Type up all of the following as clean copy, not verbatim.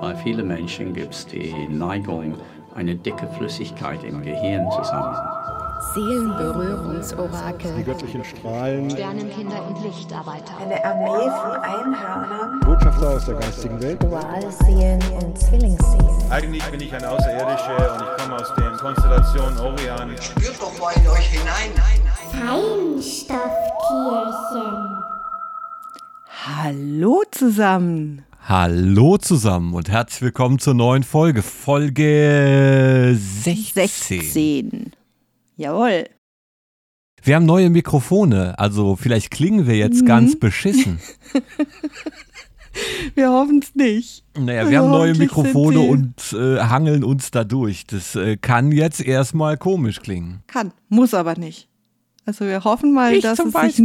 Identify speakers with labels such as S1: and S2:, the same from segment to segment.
S1: Bei vielen Menschen gibt es die Neigung, eine dicke Flüssigkeit im Gehirn zu sammeln.
S2: Seelenberührungsorakel.
S3: Die göttlichen Strahlen.
S4: Sternenkinder und Lichtarbeiter.
S5: Eine Armee von Einhörnern.
S3: Botschafter aus der geistigen Welt.
S5: Dualseelen und Zwillingsseelen.
S6: Eigentlich bin ich ein Außerirdischer und ich komme aus der Konstellation Orion.
S7: Spürt doch mal in euch hinein.
S8: Feinstoffkirchen.
S9: Hallo zusammen.
S10: Hallo zusammen und herzlich willkommen zur neuen Folge. Folge 16.
S9: Jawohl.
S10: Wir haben neue Mikrofone, also vielleicht klingen wir jetzt ganz beschissen.
S9: Wir hoffen es nicht.
S10: Naja, wir haben neue Mikrofone und hangeln uns da durch. Das kann jetzt erstmal komisch klingen.
S9: Kann, muss aber nicht. Also wir hoffen mal, dass es sich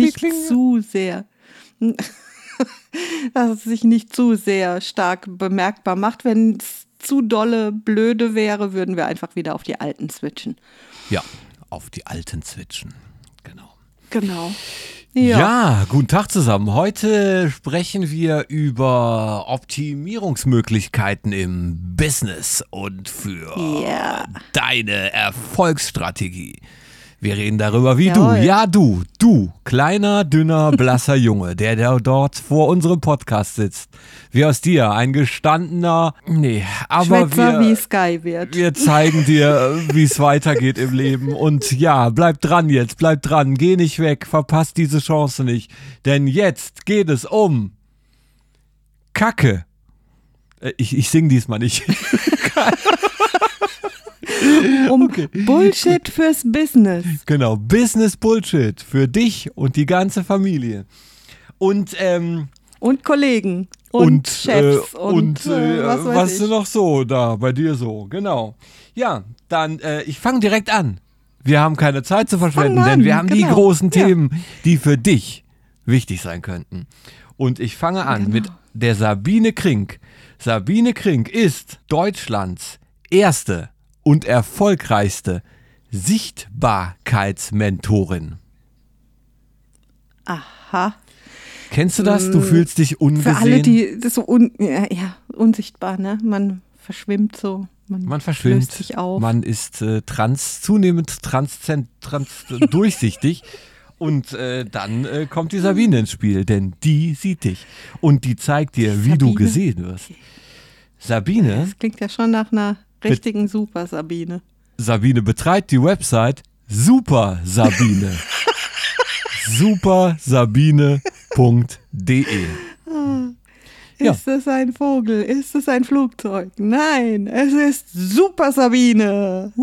S9: nicht zu sehr stark bemerkbar macht. Wenn es zu dolle blöde wäre, würden wir einfach wieder auf die alten switchen.
S10: Ja, auf die alten switchen.
S9: Genau.
S10: Ja, guten Tag zusammen. Heute sprechen wir über Optimierungsmöglichkeiten im Business und für deine Erfolgsstrategie. Wir reden darüber, wie du, kleiner, dünner, blasser Junge, der dort vor unserem Podcast sitzt. Wie aus dir, ein gestandener,
S9: Schwätzer wie Sky wird.
S10: Wir zeigen dir, wie es weitergeht im Leben. Und ja, bleib dran, geh nicht weg, verpasst diese Chance nicht. Denn jetzt geht es um Kacke. Ich sing diesmal nicht.
S9: Bullshit fürs Business.
S10: Genau, Business Bullshit für dich und die ganze Familie. Und
S9: Kollegen und Chefs und
S10: was ist noch so da bei dir so, genau. Ja, dann ich fange direkt an. Wir haben keine Zeit zu verschwenden, denn wir haben die großen Themen, die für dich wichtig sein könnten. Und ich fange an mit der Sabine Krink. Sabine Krink ist Deutschlands erste und erfolgreichste Sichtbarkeitsmentorin.
S9: Aha.
S10: Kennst du das? Du fühlst dich ungesehen?
S9: Für alle, die das so unsichtbar, ne? Man verschwimmt so. Man
S10: verschwimmt
S9: löst sich auf.
S10: Man ist zunehmend durchsichtig. Und dann kommt die Sabine ins Spiel, denn die sieht dich. Und die zeigt dir, wie du gesehen wirst. Sabine?
S9: Das klingt ja schon nach einer richtigen Super Sabine. Sabine
S10: betreibt die Website Super Sabine. supersabine.de.
S9: Ist es ein Vogel? Ist es ein Flugzeug? Nein, es ist Super Sabine.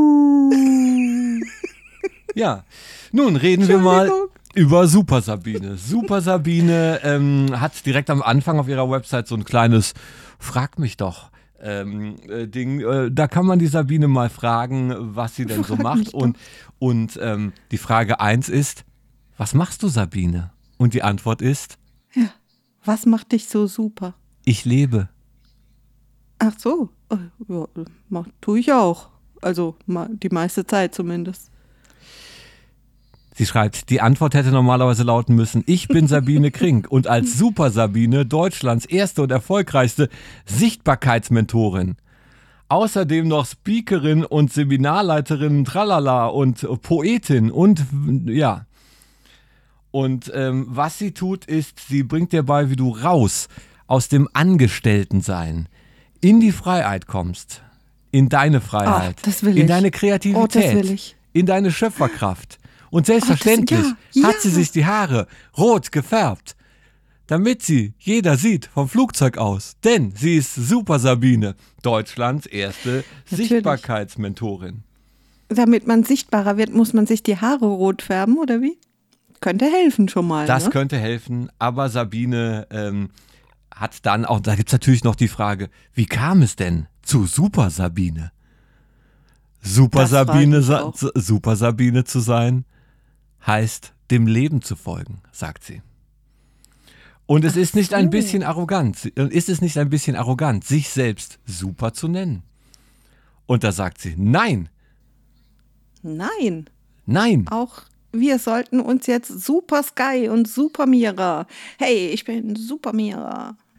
S10: Ja, nun reden wir mal über Super Sabine. Super Sabine hat direkt am Anfang auf ihrer Website so ein kleines Frag mich doch Ding. Da kann man die Sabine mal fragen, was sie denn so macht. Und die Frage 1 ist, was machst du, Sabine? Und die Antwort ist,
S9: was macht dich so super?
S10: Ich lebe.
S9: Ach so, ja, tue ich auch. Also die meiste Zeit zumindest.
S10: Sie schreibt, die Antwort hätte normalerweise lauten müssen, ich bin Sabine Krink und als Super Sabine Deutschlands erste und erfolgreichste Sichtbarkeitsmentorin. Außerdem noch Speakerin und Seminarleiterin, tralala und Poetin und ja. Und was sie tut ist, sie bringt dir bei, wie du raus aus dem Angestelltensein in die Freiheit kommst, in deine Freiheit, in deine Kreativität, in deine Schöpferkraft. Und selbstverständlich hat sie sich die Haare rot gefärbt, damit sie jeder sieht vom Flugzeug aus. Denn sie ist Super Sabine, Deutschlands erste Sichtbarkeitsmentorin.
S9: Damit man sichtbarer wird, muss man sich die Haare rot färben, oder wie? Könnte helfen schon mal.
S10: Das könnte helfen, aber Sabine hat dann auch, da gibt es natürlich noch die Frage, wie kam es denn zu Super Sabine? Super Sabine zu sein, heißt dem Leben zu folgen, sagt sie. Und es ist nicht ein bisschen arrogant, sich selbst super zu nennen? Und da sagt sie, nein.
S9: Nein.
S10: Nein.
S9: Auch wir sollten uns jetzt Super Sky und Super Mira. Hey, ich bin Super Mira.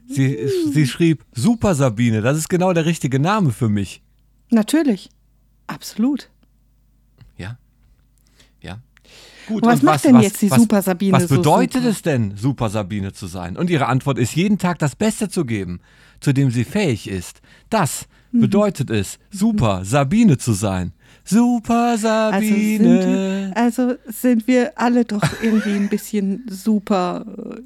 S10: Sie schrieb, Super Sabine, das ist genau der richtige Name für mich.
S9: Natürlich. Absolut.
S10: Ja. Gut,
S9: Und was macht denn jetzt die Super Sabine
S10: Was
S9: so
S10: bedeutet
S9: super?
S10: es denn, Super Sabine zu sein? Und ihre Antwort ist, jeden Tag das Beste zu geben, zu dem sie fähig ist. Das bedeutet es, Super Sabine zu sein. Super Sabine.
S9: Also sind wir alle doch irgendwie ein bisschen super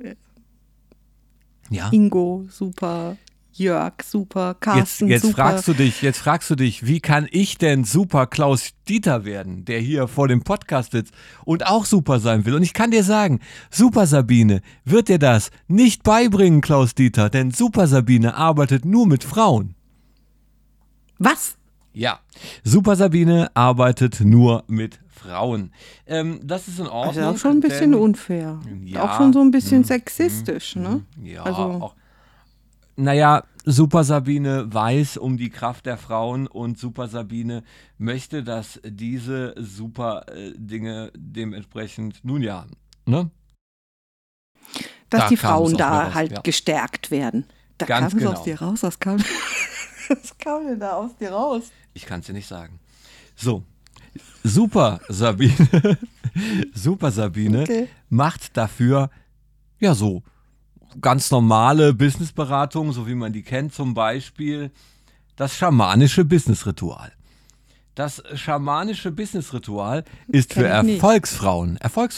S10: Ja.
S9: Ingo, super Jörg, super Carsten,
S10: Jetzt
S9: super.
S10: fragst du dich, wie kann ich denn Super Klaus Dieter werden, der hier vor dem Podcast sitzt und auch super sein will? Und ich kann dir sagen, Super Sabine wird dir das nicht beibringen, Klaus Dieter, denn Super Sabine arbeitet nur mit Frauen.
S9: Was?
S10: Ja, Super Sabine arbeitet nur mit Frauen. Das ist in Ordnung.
S9: Also auch schon ein bisschen unfair.
S10: Ja,
S9: auch schon so ein bisschen sexistisch, ne?
S10: Ja,
S9: Also
S10: auch. Naja, Super Sabine weiß um die Kraft der Frauen und Super Sabine möchte, dass diese super Dinge dementsprechend, nun ja, ne?
S9: dass
S10: Da
S9: die
S10: kam es
S9: Frauen
S10: aus mir
S9: da
S10: raus,
S9: halt
S10: ja.
S9: gestärkt werden. Da
S10: Ganz
S9: kam es
S10: genau.
S9: aus dir raus. Was kam denn da aus dir raus?
S10: Ich kann es dir nicht sagen. So, Super Sabine, Super Sabine
S9: Okay.
S10: macht dafür, ja so, ganz normale Businessberatung, so wie man die kennt, zum Beispiel das schamanische Businessritual. Das schamanische Businessritual ist für
S9: Kenn ich nicht.
S10: Erfolgsfrauen.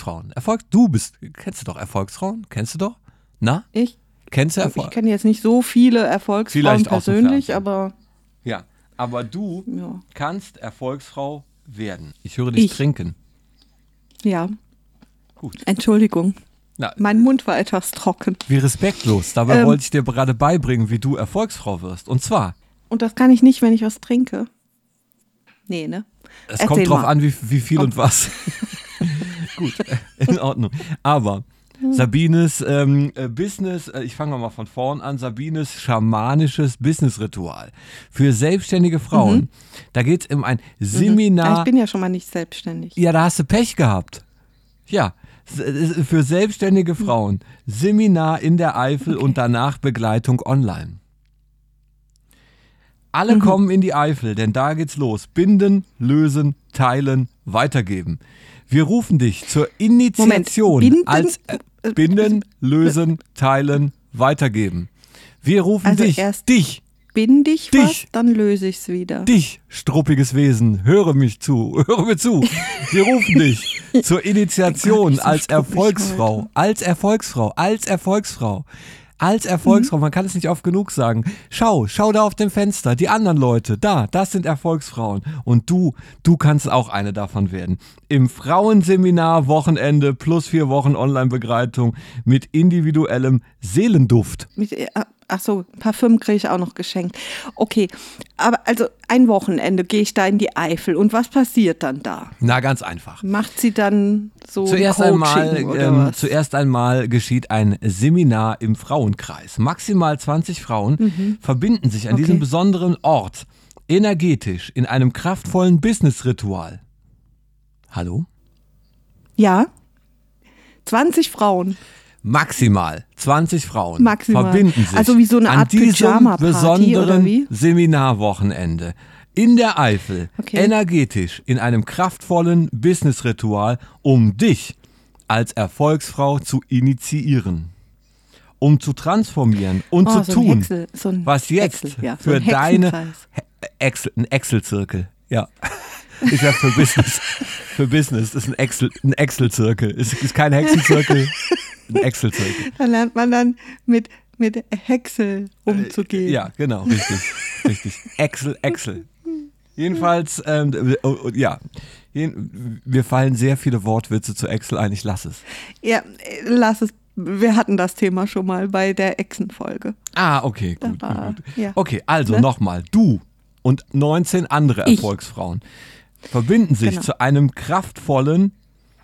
S10: Kennst du doch Erfolgsfrauen? Kennst du doch? Na?
S9: Ich
S10: Kennst du
S9: Ich
S10: Erfolg?
S9: kenne jetzt nicht so viele Erfolgsfrauen
S10: Vielleicht aus dem
S9: persönlich,
S10: Fernsehen.
S9: aber
S10: Ja, aber du
S9: ja.
S10: kannst Erfolgsfrau werden. Ich höre dich
S9: Ich?
S10: trinken.
S9: Ja.
S10: Gut.
S9: Entschuldigung.
S10: Na,
S9: Mein Mund war etwas trocken.
S10: wie respektlos. Dabei wollte ich dir gerade beibringen, wie du Erfolgsfrau wirst. Und zwar,
S9: Und das kann ich nicht, wenn ich was trinke. Nee, ne?
S10: es
S9: Erzähl
S10: kommt drauf
S9: mal.
S10: an, wie viel und was. Gut, in Ordnung. Aber Sabines Business, ich fange mal von vorn an, Sabines schamanisches Businessritual für selbstständige Frauen. Da geht es um ein Seminar.
S9: Ich bin ja schon mal nicht selbstständig.
S10: Ja, da hast du Pech gehabt. Ja, für selbstständige Frauen. Seminar in der Eifel und danach Begleitung online. Alle kommen in die Eifel, denn da geht's los. Binden, lösen, teilen, weitergeben. Wir rufen dich zur Initiation
S9: Binden?
S10: als Binden, lösen, teilen, weitergeben. Wir rufen
S9: Also
S10: dich,
S9: erst
S10: dich,
S9: Bind ich
S10: Dich.
S9: was, dann löse ich es wieder.
S10: dich, struppiges Wesen, höre mir zu. Wir rufen dich zur Initiation
S9: Ich bin gar nicht so
S10: als
S9: struppig
S10: Erfolgsfrau, als Erfolgsfrau, man kann es nicht oft genug sagen. Schau da auf dem Fenster, die anderen Leute, das sind Erfolgsfrauen. Und du kannst auch eine davon werden. Im Frauenseminar Wochenende plus 4 Wochen Online-Begleitung mit individuellem Seelenduft.
S9: Achso, Parfüm kriege ich auch noch geschenkt. Okay, aber also ein Wochenende gehe ich da in die Eifel und was passiert dann da?
S10: Na, ganz einfach.
S9: Macht sie dann so
S10: Zuerst
S9: ein Coaching oder was?
S10: zuerst einmal geschieht ein Seminar im Frauenkreis. Maximal 20 Frauen verbinden sich an diesem besonderen Ort energetisch in einem kraftvollen Business-Ritual. Hallo?
S9: Ja, 20 Frauen.
S10: Maximal 20 Frauen
S9: Maximal.
S10: verbinden sich
S9: Also wie so eine
S10: an
S9: Art
S10: diesem
S9: Pyjama-Party,
S10: besonderen
S9: oder wie?
S10: Seminarwochenende in der Eifel
S9: Okay.
S10: energetisch in einem kraftvollen Business-Ritual, um dich als Erfolgsfrau zu initiieren, um zu transformieren und zu
S9: so ein
S10: tun,
S9: Hexel, so ein
S10: was jetzt
S9: Hexel, ja, so
S10: für
S9: ein
S10: deine
S9: Hexenkreis.
S10: ein Excel-Zirkel, ja. Ist ja für Business. Für Business ist ein Excel-Zirkel. Ist kein Hexenzirkel, ein Excel-Zirkel.
S9: Da lernt man dann mit Hexel umzugehen.
S10: Ja, genau, richtig. Excel. Jedenfalls, ja, mir fallen sehr viele Wortwitze zu Excel ein, ich lasse es.
S9: Ja, lass es. Wir hatten das Thema schon mal bei der Echsen-Folge.
S10: Ah, okay,
S9: Da
S10: gut.
S9: war- ja.
S10: Okay, also
S9: Ne?
S10: nochmal, du und 19 andere
S9: Ich.
S10: Erfolgsfrauen verbinden sich
S9: Genau.
S10: zu einem kraftvollen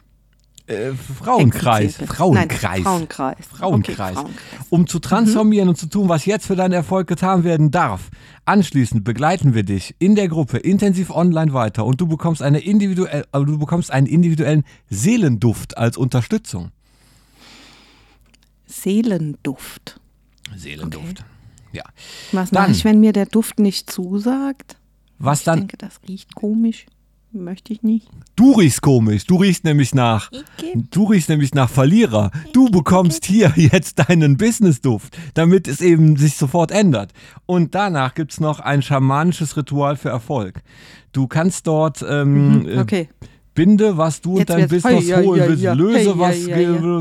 S10: Frauenkreis.
S9: Hexenzirkel.
S10: Frauenkreis.
S9: Nein, Frauenkreis.
S10: Frauenkreis.
S9: Okay, Frauenkreis.
S10: Um zu transformieren und zu tun, was jetzt für deinen Erfolg getan werden darf. Anschließend begleiten wir dich in der Gruppe intensiv online weiter und du bekommst einen individuellen Seelenduft als Unterstützung.
S9: Seelenduft.
S10: Seelenduft. Ja.
S9: Was
S10: Dann-
S9: mache ich, wenn mir der Duft nicht zusagt?
S10: Was
S9: Ich
S10: dann?
S9: denke, das riecht komisch. Möchte ich nicht.
S10: Du riechst komisch. Du riechst nämlich nach Verlierer. Du bekommst hier jetzt deinen Businessduft, damit es eben sich sofort ändert. Und danach gibt es noch ein schamanisches Ritual für Erfolg. Du kannst dort
S9: Okay.
S10: binde, was du
S9: Jetzt
S10: und dein
S9: wird's-
S10: Business
S9: Hei,
S10: holen
S9: ja,
S10: willst,
S9: ja,
S10: löse
S9: hei,
S10: was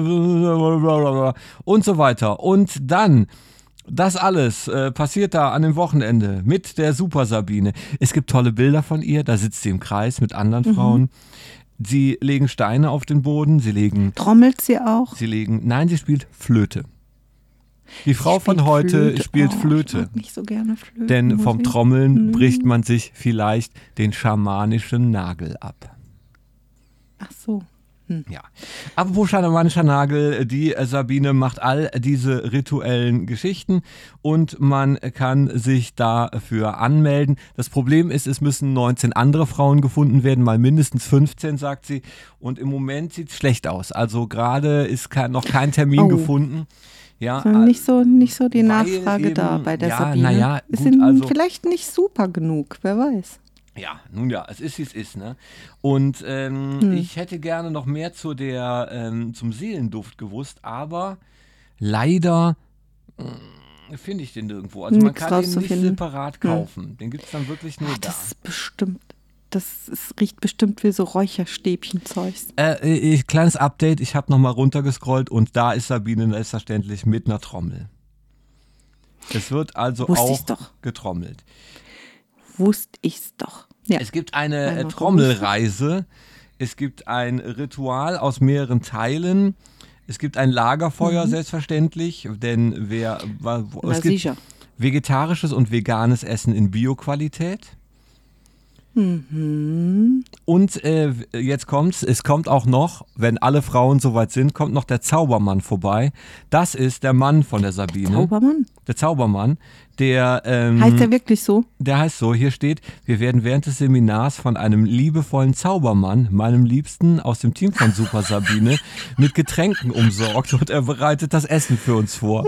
S9: ja.
S10: und so weiter. Und dann, das alles passiert da an dem Wochenende mit der Super Sabine. Es gibt tolle Bilder von ihr, da sitzt sie im Kreis mit anderen Frauen. Sie legen Steine auf den Boden,
S9: Trommelt sie auch?
S10: nein, sie spielt Flöte. Die Frau von heute spielt
S9: Ich
S10: Flöte.
S9: mag nicht so gerne Flöte.
S10: Denn vom Trommeln bricht man sich vielleicht den schamanischen Nagel ab.
S9: Ach so.
S10: Ja. Apropos schamanischer Nagel, die Sabine macht all diese rituellen Geschichten und man kann sich dafür anmelden. Das Problem ist, es müssen 19 andere Frauen gefunden werden, mal mindestens 15, sagt sie. Und im Moment sieht es schlecht aus. Also gerade ist noch kein Termin gefunden. Ja,
S9: Also nicht so die
S10: weil
S9: Nachfrage da
S10: eben-
S9: bei der
S10: ja,
S9: Sabine.
S10: naja,
S9: Ist
S10: gut,
S9: ihnen
S10: also-
S9: vielleicht nicht super genug, wer weiß.
S10: Ja, nun ja, es ist wie es ist, ne? Und ich hätte gerne noch mehr zum Seelenduft gewusst, aber leider finde ich den nirgendwo. Also man
S9: Nichts
S10: kann den nicht
S9: rauszufinden.
S10: separat kaufen. Den gibt es dann wirklich nur da.
S9: Das ist bestimmt. Riecht bestimmt wie so Räucherstäbchen-Zeugs.
S10: Kleines Update, ich habe nochmal runtergescrollt und da ist Sabine selbstverständlich mit einer Trommel. Es wird also
S9: Wusste
S10: auch
S9: ich's doch.
S10: getrommelt.
S9: Wusste ich's doch. Ja.
S10: Es gibt eine
S9: Einmal
S10: Trommelreise, es gibt ein Ritual aus mehreren Teilen, es gibt ein Lagerfeuer selbstverständlich, denn es gibt
S9: sicher.
S10: vegetarisches und veganes Essen in Bioqualität. Und jetzt kommt's, es kommt auch noch, wenn alle Frauen soweit sind, kommt noch der Zaubermann vorbei. Das ist der Mann von der Sabine.
S9: Zaubermann?
S10: Der Zaubermann, der
S9: Heißt der wirklich so?
S10: der heißt so, hier steht, wir werden während des Seminars von einem liebevollen Zaubermann, meinem Liebsten aus dem Team von Super Sabine, mit Getränken umsorgt und er bereitet das Essen für uns vor.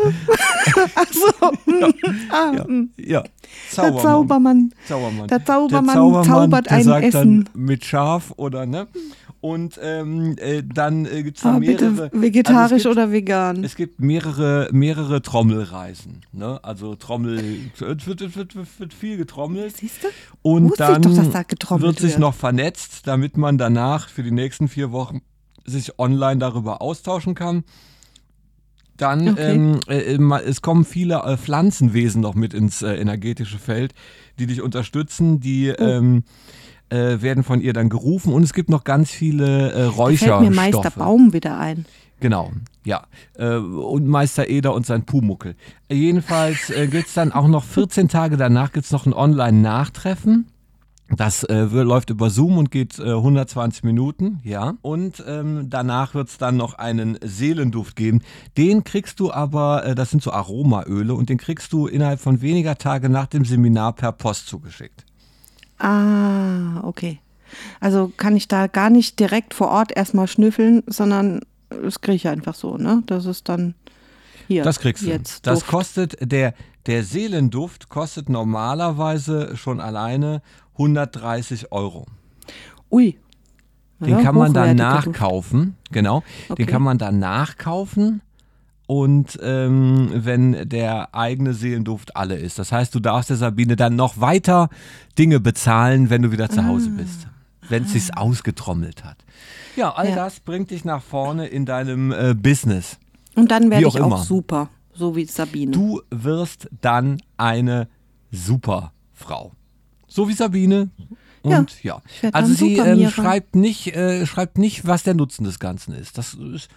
S10: Ja.
S9: Der Zaubermann.
S10: Zaubermann.
S9: Der Zaubermann zaubert
S10: der
S9: ein
S10: sagt
S9: Essen.
S10: Dann mit Schaf oder ne? Und dann gibt es da
S9: Aber
S10: mehrere.
S9: bitte vegetarisch
S10: also
S9: oder vegan?
S10: es gibt mehrere Trommelreisen. Ne? Also es wird viel getrommelt.
S9: Siehst du?
S10: Und
S9: Wusste ich
S10: dann
S9: doch, dass da getrommelt
S10: wird sich
S9: wird.
S10: noch vernetzt, damit man danach für die nächsten 4 Wochen sich online darüber austauschen kann. Dann,
S9: Okay.
S10: es kommen viele Pflanzenwesen noch mit ins energetische Feld, die dich unterstützen, die werden von ihr dann gerufen und es gibt noch ganz viele
S9: Da
S10: Räucherstoffe.
S9: fällt mir Meister Baum wieder ein.
S10: Genau, ja. Und Meister Eder und sein Pumuckel. Jedenfalls gibt es dann auch noch 14 Tage danach gibt's noch ein Online-Nachtreffen. Das läuft über Zoom und geht 120 Minuten, ja. Und danach wird es dann noch einen Seelenduft geben. Den kriegst du aber, das sind so Aromaöle, und den kriegst du innerhalb von weniger Tage nach dem Seminar per Post zugeschickt.
S9: Ah, okay. Also kann ich da gar nicht direkt vor Ort erstmal schnüffeln, sondern das kriege ich einfach so, ne? Das ist dann hier.
S10: Das kriegst du.
S9: Jetzt
S10: Das
S9: Duft.
S10: kostet, der Seelenduft kostet normalerweise schon alleine 130 €.
S9: Ui.
S10: Den
S9: Ja,
S10: kann man dann
S9: hochwertiger Duft.
S10: nachkaufen, genau.
S9: Okay.
S10: Den kann man dann nachkaufen und wenn der eigene Seelenduft alle ist. Das heißt, du darfst der Sabine dann noch weiter Dinge bezahlen, wenn du wieder zu Hause bist. Wenn es sich ausgetrommelt hat. Ja, all
S9: Ja.
S10: das bringt dich nach vorne in deinem Business.
S9: Und dann werde
S10: Wie
S9: ich
S10: auch immer.
S9: auch super, so wie Sabine.
S10: Du wirst dann eine Superfrau. So wie Sabine. Und ja,
S9: ich werd
S10: also
S9: dann
S10: sie
S9: Supermira.
S10: schreibt nicht, was der Nutzen des Ganzen ist. Das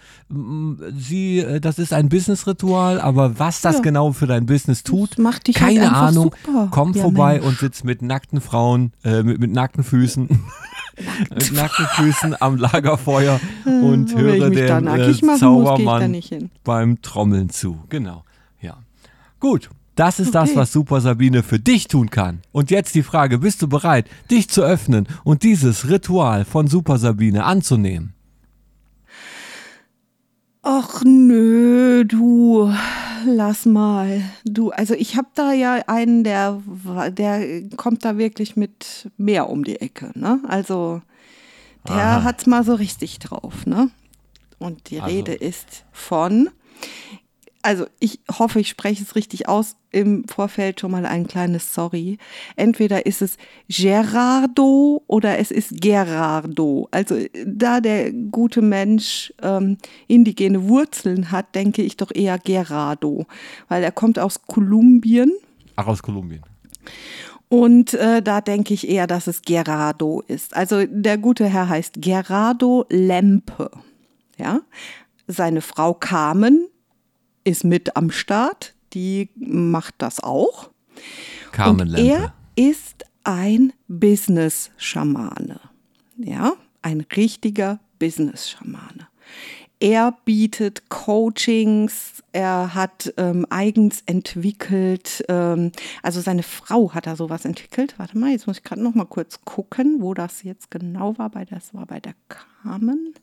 S10: ist ein Business-Ritual, aber was das
S9: Ja.
S10: genau für dein Business tut,
S9: Das macht dich halt
S10: keine
S9: einfach
S10: Ahnung.
S9: super.
S10: Komm
S9: Ja,
S10: vorbei
S9: Mensch.
S10: und sitz mit nackten Frauen, mit nackten Füßen, mit nackten Füßen am Lagerfeuer und
S9: Wenn ich
S10: höre
S9: mich da
S10: dem
S9: nackig machen muss, gehe ich da
S10: Zaubermann
S9: nicht hin.
S10: beim Trommeln zu. Genau, ja. Gut, das ist das,
S9: Okay.
S10: was Super Sabine für dich tun kann. Und jetzt die Frage, bist du bereit, dich zu öffnen und dieses Ritual von Super Sabine anzunehmen?
S9: Ach nö, du. lass mal. Du, also ich habe da ja einen, der kommt da wirklich mit mehr um die Ecke, ne? Also der hat's mal so richtig drauf, ne? Und die Rede ist von, also ich hoffe, ich spreche es richtig aus, im Vorfeld schon mal ein kleines Sorry. Entweder ist es Gerardo oder es ist Gerardo. Also da der gute Mensch indigene Wurzeln hat, denke ich doch eher Gerardo, weil er kommt aus Kolumbien.
S10: Ach, aus Kolumbien.
S9: Und da denke ich eher, dass es Gerardo ist. Also der gute Herr heißt Gerardo Lempe. Ja? Seine Frau Carmen ist mit am Start, die macht das auch.
S10: Carmen
S9: und
S10: Lempe.
S9: Er ist ein Business-Schamane, ja, ein richtiger Business-Schamane. Er bietet Coachings, er hat eigens entwickelt, also seine Frau hat da sowas entwickelt. Warte mal, jetzt muss ich gerade noch mal kurz gucken, wo das jetzt genau war. Das war bei der Carmen.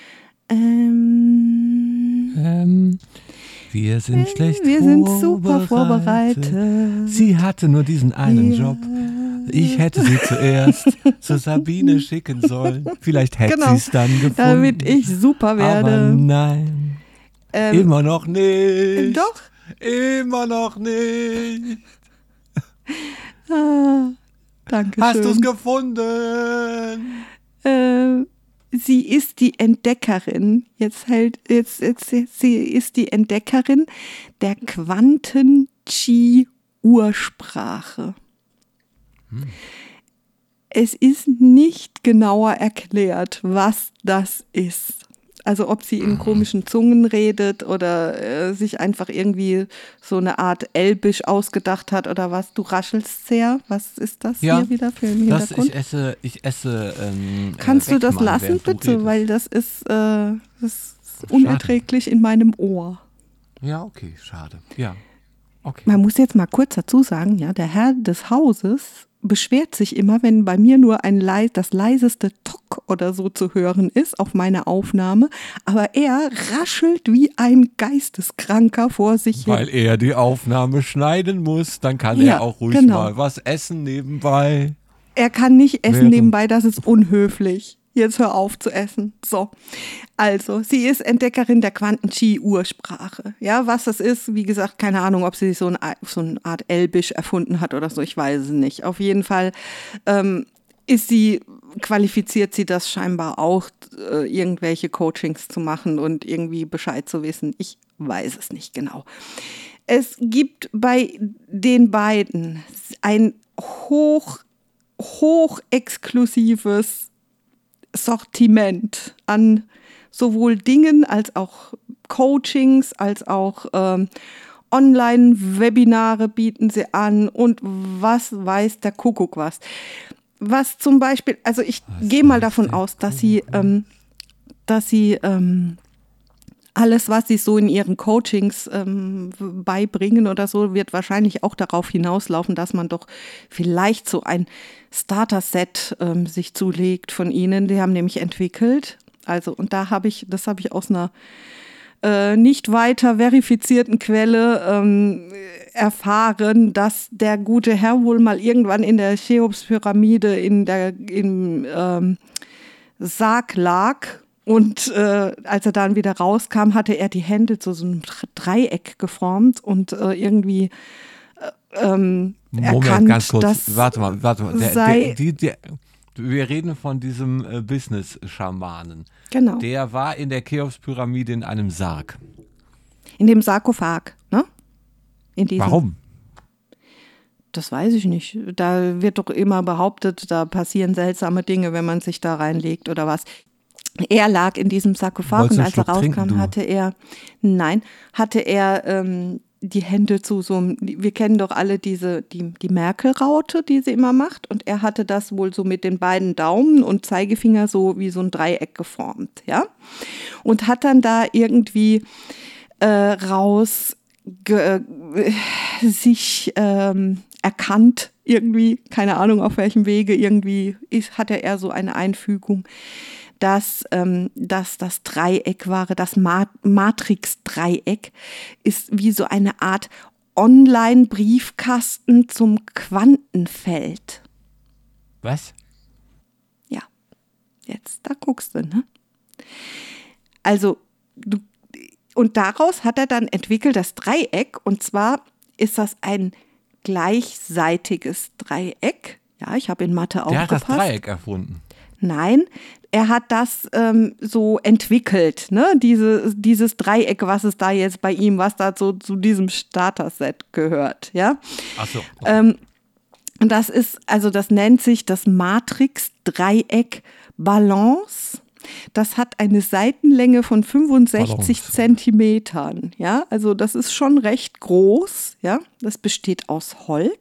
S10: Wir sind schlecht
S9: wir sind super vorbereitet.
S10: Sie hatte nur diesen einen Job. Ich hätte sie zuerst zu Sabine schicken sollen. Vielleicht hätte sie es dann gefunden.
S9: Damit ich super werde.
S10: Aber nein, immer noch nicht.
S9: Doch.
S10: Immer noch nicht.
S9: Danke schön.
S10: Hast du es gefunden?
S9: Sie ist die Entdeckerin. Sie ist die Entdeckerin der Quanten-Chi-Ursprache. Es ist nicht genauer erklärt, was das ist. Also ob sie in komischen Zungen redet oder sich einfach irgendwie so eine Art Elbisch ausgedacht hat oder was. Du raschelst sehr. Was ist das hier wieder für ein Hintergrund?
S10: Ich esse
S9: Kannst du das lassen, bitte? Weil das ist unerträglich in meinem Ohr.
S10: Ja, okay, schade. Ja, okay.
S9: Man muss jetzt mal kurz dazu sagen, ja, der Herr des Hauses beschwert sich immer, wenn bei mir nur das leiseste Tock oder so zu hören ist auf meiner Aufnahme, aber er raschelt wie ein Geisteskranker vor sich hin.
S10: Weil er die Aufnahme schneiden muss, dann kann er auch ruhig mal was essen nebenbei.
S9: Er kann nicht essen nebenbei, das ist unhöflich. Jetzt hör auf zu essen. So, also, sie ist Entdeckerin der Quanten-Chi-Ursprache. Ja, was das ist, wie gesagt, keine Ahnung, ob sie sich so eine Art Elbisch erfunden hat oder so, ich weiß es nicht. Auf jeden Fall qualifiziert sie das scheinbar auch, irgendwelche Coachings zu machen und irgendwie Bescheid zu wissen. Ich weiß es nicht genau. Es gibt bei den beiden ein hochexklusives Sortiment an sowohl Dingen als auch Coachings, als auch Online-Webinare bieten sie an und was weiß der Kuckuck was. Was zum Beispiel, also ich gehe mal davon aus, dass sie alles, was sie so in ihren Coachings beibringen oder so, wird wahrscheinlich auch darauf hinauslaufen, dass man doch vielleicht so ein Starter-Set sich zulegt von ihnen. Die haben nämlich entwickelt. Also, und das habe ich aus einer nicht weiter verifizierten Quelle erfahren, dass der gute Herr wohl mal irgendwann in der Cheops-Pyramide im Sarg lag. Und als er dann wieder rauskam, hatte er die Hände zu so einem Dreieck geformt und irgendwie erkannt,
S10: Moment, ganz kurz.
S9: dass
S10: Warte mal. Wir reden von diesem Business-Schamanen.
S9: Genau.
S10: Der war in der Cheops-Pyramide in einem Sarg.
S9: In dem Sarkophag, ne?
S10: Warum?
S9: Das weiß ich nicht. Da wird doch immer behauptet, da passieren seltsame Dinge, wenn man sich da reinlegt oder was. Er lag in diesem Sarkophag und als er rauskam, hatte er die Hände zu so einem, wir kennen doch alle die Merkel-Raute, die sie immer macht, und er hatte das wohl so mit den beiden Daumen und Zeigefinger so wie so ein Dreieck geformt, ja, und hat dann da irgendwie sich erkannt, irgendwie, keine Ahnung auf welchem Wege, irgendwie hatte er so eine Einfügung, dass das Dreieck-Ware, das Matrix-Dreieck ist wie so eine Art Online-Briefkasten zum Quantenfeld.
S10: Was?
S9: Ja, jetzt, da guckst du, ne? Also, und daraus hat er dann entwickelt das Dreieck, und zwar ist das ein gleichseitiges Dreieck. Ja, ich habe in Mathe aufgepasst.
S10: Der hat das Dreieck erfunden.
S9: Nein, er hat das so entwickelt, ne? Dieses Dreieck, was es da jetzt bei ihm, was da so zu diesem Starter-Set gehört, ja?
S10: Ach so. Okay.
S9: Das nennt sich das Matrix-Dreieck Balance. Das hat eine Seitenlänge von 65 Zentimetern, ja? Also das ist schon recht groß, ja? Das besteht aus Holz.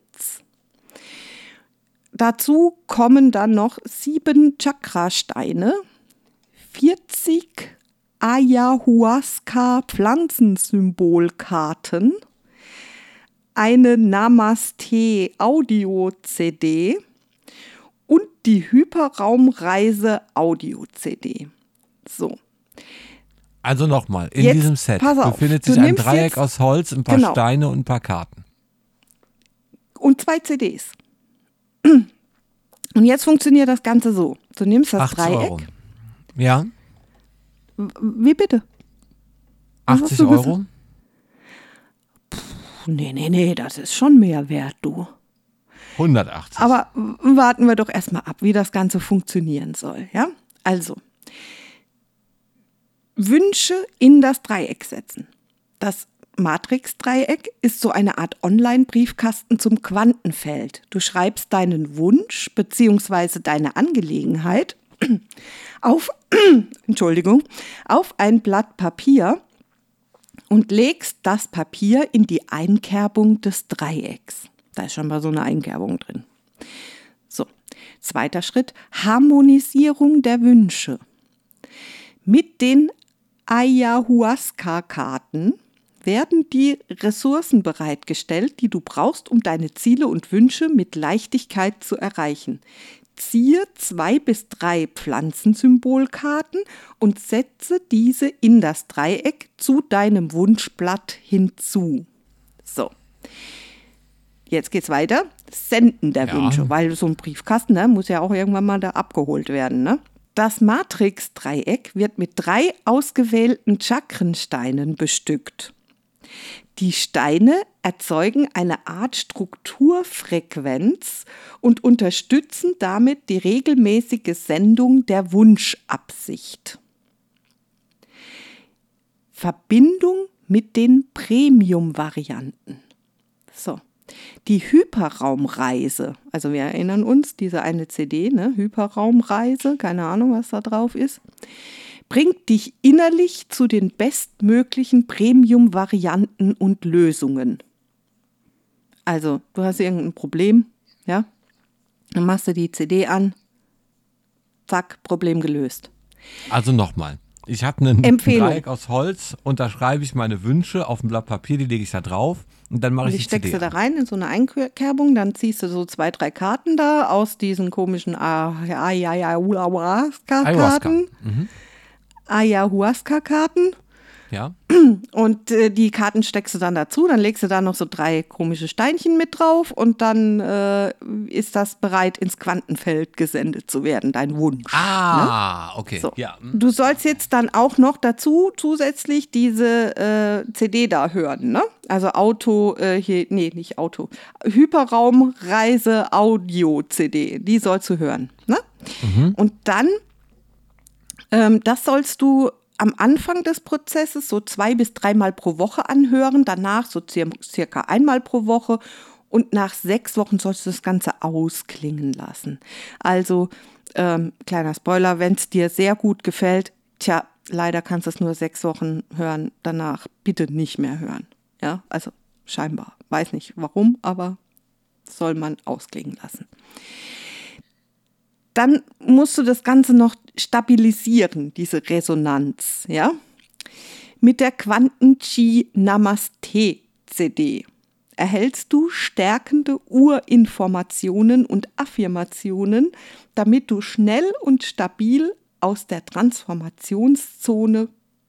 S9: Dazu kommen dann noch 7 Chakrasteine, 40 Ayahuasca-Pflanzensymbolkarten, eine Namaste-Audio-CD und die Hyperraumreise-Audio-CD. So.
S10: Also nochmal, in
S9: Jetzt,
S10: diesem Set
S9: pass auf,
S10: befindet
S9: du
S10: sich ein
S9: nimmst
S10: Dreieck
S9: jetzt-
S10: aus Holz, ein paar
S9: Genau.
S10: Steine und ein paar Karten.
S9: Und 2 CDs. Und jetzt funktioniert das Ganze so. Du nimmst das
S10: 80
S9: Dreieck.
S10: Euro. Ja,
S9: Wie bitte? Was hast
S10: 80
S9: du gesagt?
S10: Euro.
S9: Nee, das ist schon mehr wert, du.
S10: 180.
S9: Aber warten wir doch erstmal ab, wie das Ganze funktionieren soll. Ja? Also, Wünsche in das Dreieck setzen. Das Matrix-Dreieck ist so eine Art Online-Briefkasten zum Quantenfeld. Du schreibst deinen Wunsch bzw. deine Angelegenheit auf ein Blatt Papier und legst das Papier in die Einkerbung des Dreiecks. Da ist schon mal so eine Einkerbung drin. So, zweiter Schritt, Harmonisierung der Wünsche. Mit den Ayahuasca-Karten werden die Ressourcen bereitgestellt, die du brauchst, um deine Ziele und Wünsche mit Leichtigkeit zu erreichen. Ziehe 2 bis 3 Pflanzensymbolkarten und setze diese in das Dreieck zu deinem Wunschblatt hinzu. So. Jetzt geht's weiter. Senden der Wünsche, weil so ein Briefkasten, ne, muss ja auch irgendwann mal da abgeholt werden, ne? Das Matrix-Dreieck wird mit 3 ausgewählten Chakrensteinen bestückt. Die Steine erzeugen eine Art Strukturfrequenz und unterstützen damit die regelmäßige Sendung der Wunschabsicht. Verbindung mit den Premium-Varianten. So. Die Hyperraumreise, also wir erinnern uns, diese eine CD, ne, Hyperraumreise, keine Ahnung, was da drauf ist, bringt dich innerlich zu den bestmöglichen Premium-Varianten und Lösungen. Also, du hast irgendein Problem, ja, dann machst du die CD an, zack, Problem gelöst.
S10: Also nochmal. Ich habe einen
S9: Empfehlung.
S10: Dreieck aus Holz und da schreibe ich meine Wünsche auf ein Blatt Papier, die lege ich da drauf und dann mache
S9: Und
S10: ich
S9: die
S10: die
S9: steckst
S10: CD
S9: du da
S10: an.
S9: rein in so eine Einkerbung, dann ziehst du so 2, 3 Karten da aus diesen komischen Ayahuasca-Karten. Ayahuasca-Karten.
S10: Ja.
S9: Und die Karten steckst du dann dazu, dann legst du da noch so 3 komische Steinchen mit drauf und dann ist das bereit, ins Quantenfeld gesendet zu werden, dein Wunsch.
S10: Okay.
S9: So.
S10: Ja.
S9: Du sollst jetzt dann auch noch dazu zusätzlich diese CD da hören, ne? Also Hyperraumreise-Audio-CD, die sollst du hören, ne? Und dann, das sollst du am Anfang des Prozesses so 2 bis 3 Mal pro Woche anhören, danach so circa 1 Mal pro Woche und nach 6 Wochen sollst du das Ganze ausklingen lassen. Also, kleiner Spoiler, wenn es dir sehr gut gefällt, leider kannst du es nur 6 Wochen hören, danach bitte nicht mehr hören. Ja, also scheinbar, weiß nicht warum, aber soll man ausklingen lassen. Dann musst du das Ganze noch stabilisieren, diese Resonanz, ja? Mit der Quanten-Chi Namaste CD erhältst du stärkende Urinformationen und Affirmationen, damit du schnell und stabil aus der Transformationszone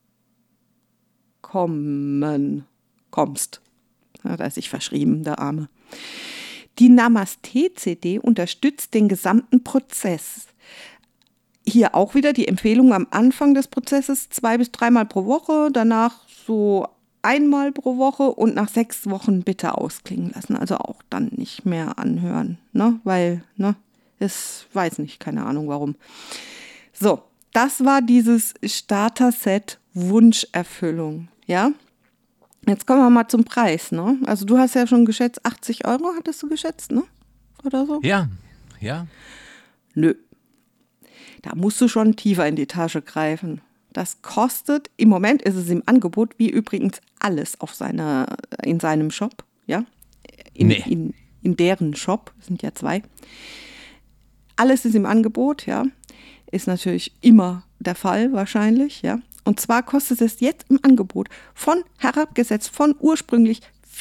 S9: kommst. Ja, da ist sich verschrieben, der Arme. Die Namaste-CD unterstützt den gesamten Prozess. Hier auch wieder die Empfehlung am Anfang des Prozesses 2 bis 3 Mal pro Woche, danach so 1 Mal pro Woche und nach 6 Wochen bitte ausklingen lassen. Also auch dann nicht mehr anhören, ne? Weil, es weiß nicht, keine Ahnung warum. So, das war dieses Starter-Set Wunscherfüllung, ja? Jetzt kommen wir mal zum Preis, ne? Also du hast ja schon geschätzt, 80 € hattest du geschätzt, ne? Oder so?
S10: Ja.
S9: Nö. Da musst du schon tiefer in die Tasche greifen. Das kostet, im Moment ist es im Angebot, wie übrigens alles in seinem Shop, ja? In deren Shop, es sind ja 2. Alles ist im Angebot, ja? Ist natürlich immer der Fall wahrscheinlich, ja? Und zwar kostet es jetzt im Angebot herabgesetzt von ursprünglich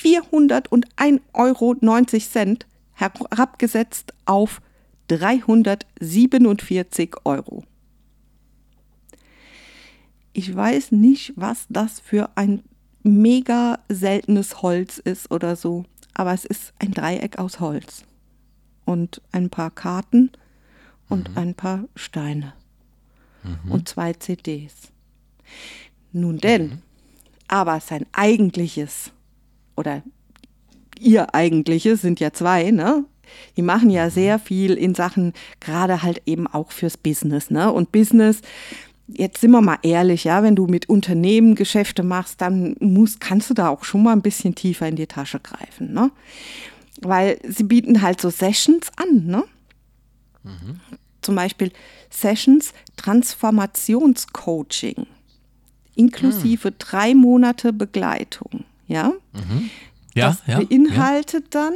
S9: 401,90 €, herabgesetzt auf 347 €. Ich weiß nicht, was das für ein mega seltenes Holz ist oder so, aber es ist ein Dreieck aus Holz und ein paar Karten und ein paar Steine und 2 CDs. Nun denn, aber sein eigentliches oder ihr eigentliches sind ja 2, ne? Die machen ja sehr viel in Sachen, gerade halt eben auch fürs Business, ne? Und Business, jetzt sind wir mal ehrlich, ja, wenn du mit Unternehmen Geschäfte machst, dann kannst du da auch schon mal ein bisschen tiefer in die Tasche greifen, ne? Weil sie bieten halt so Sessions an, ne? Zum Beispiel Sessions Transformationscoaching, inklusive 3 Monate Begleitung, ja? Das beinhaltet dann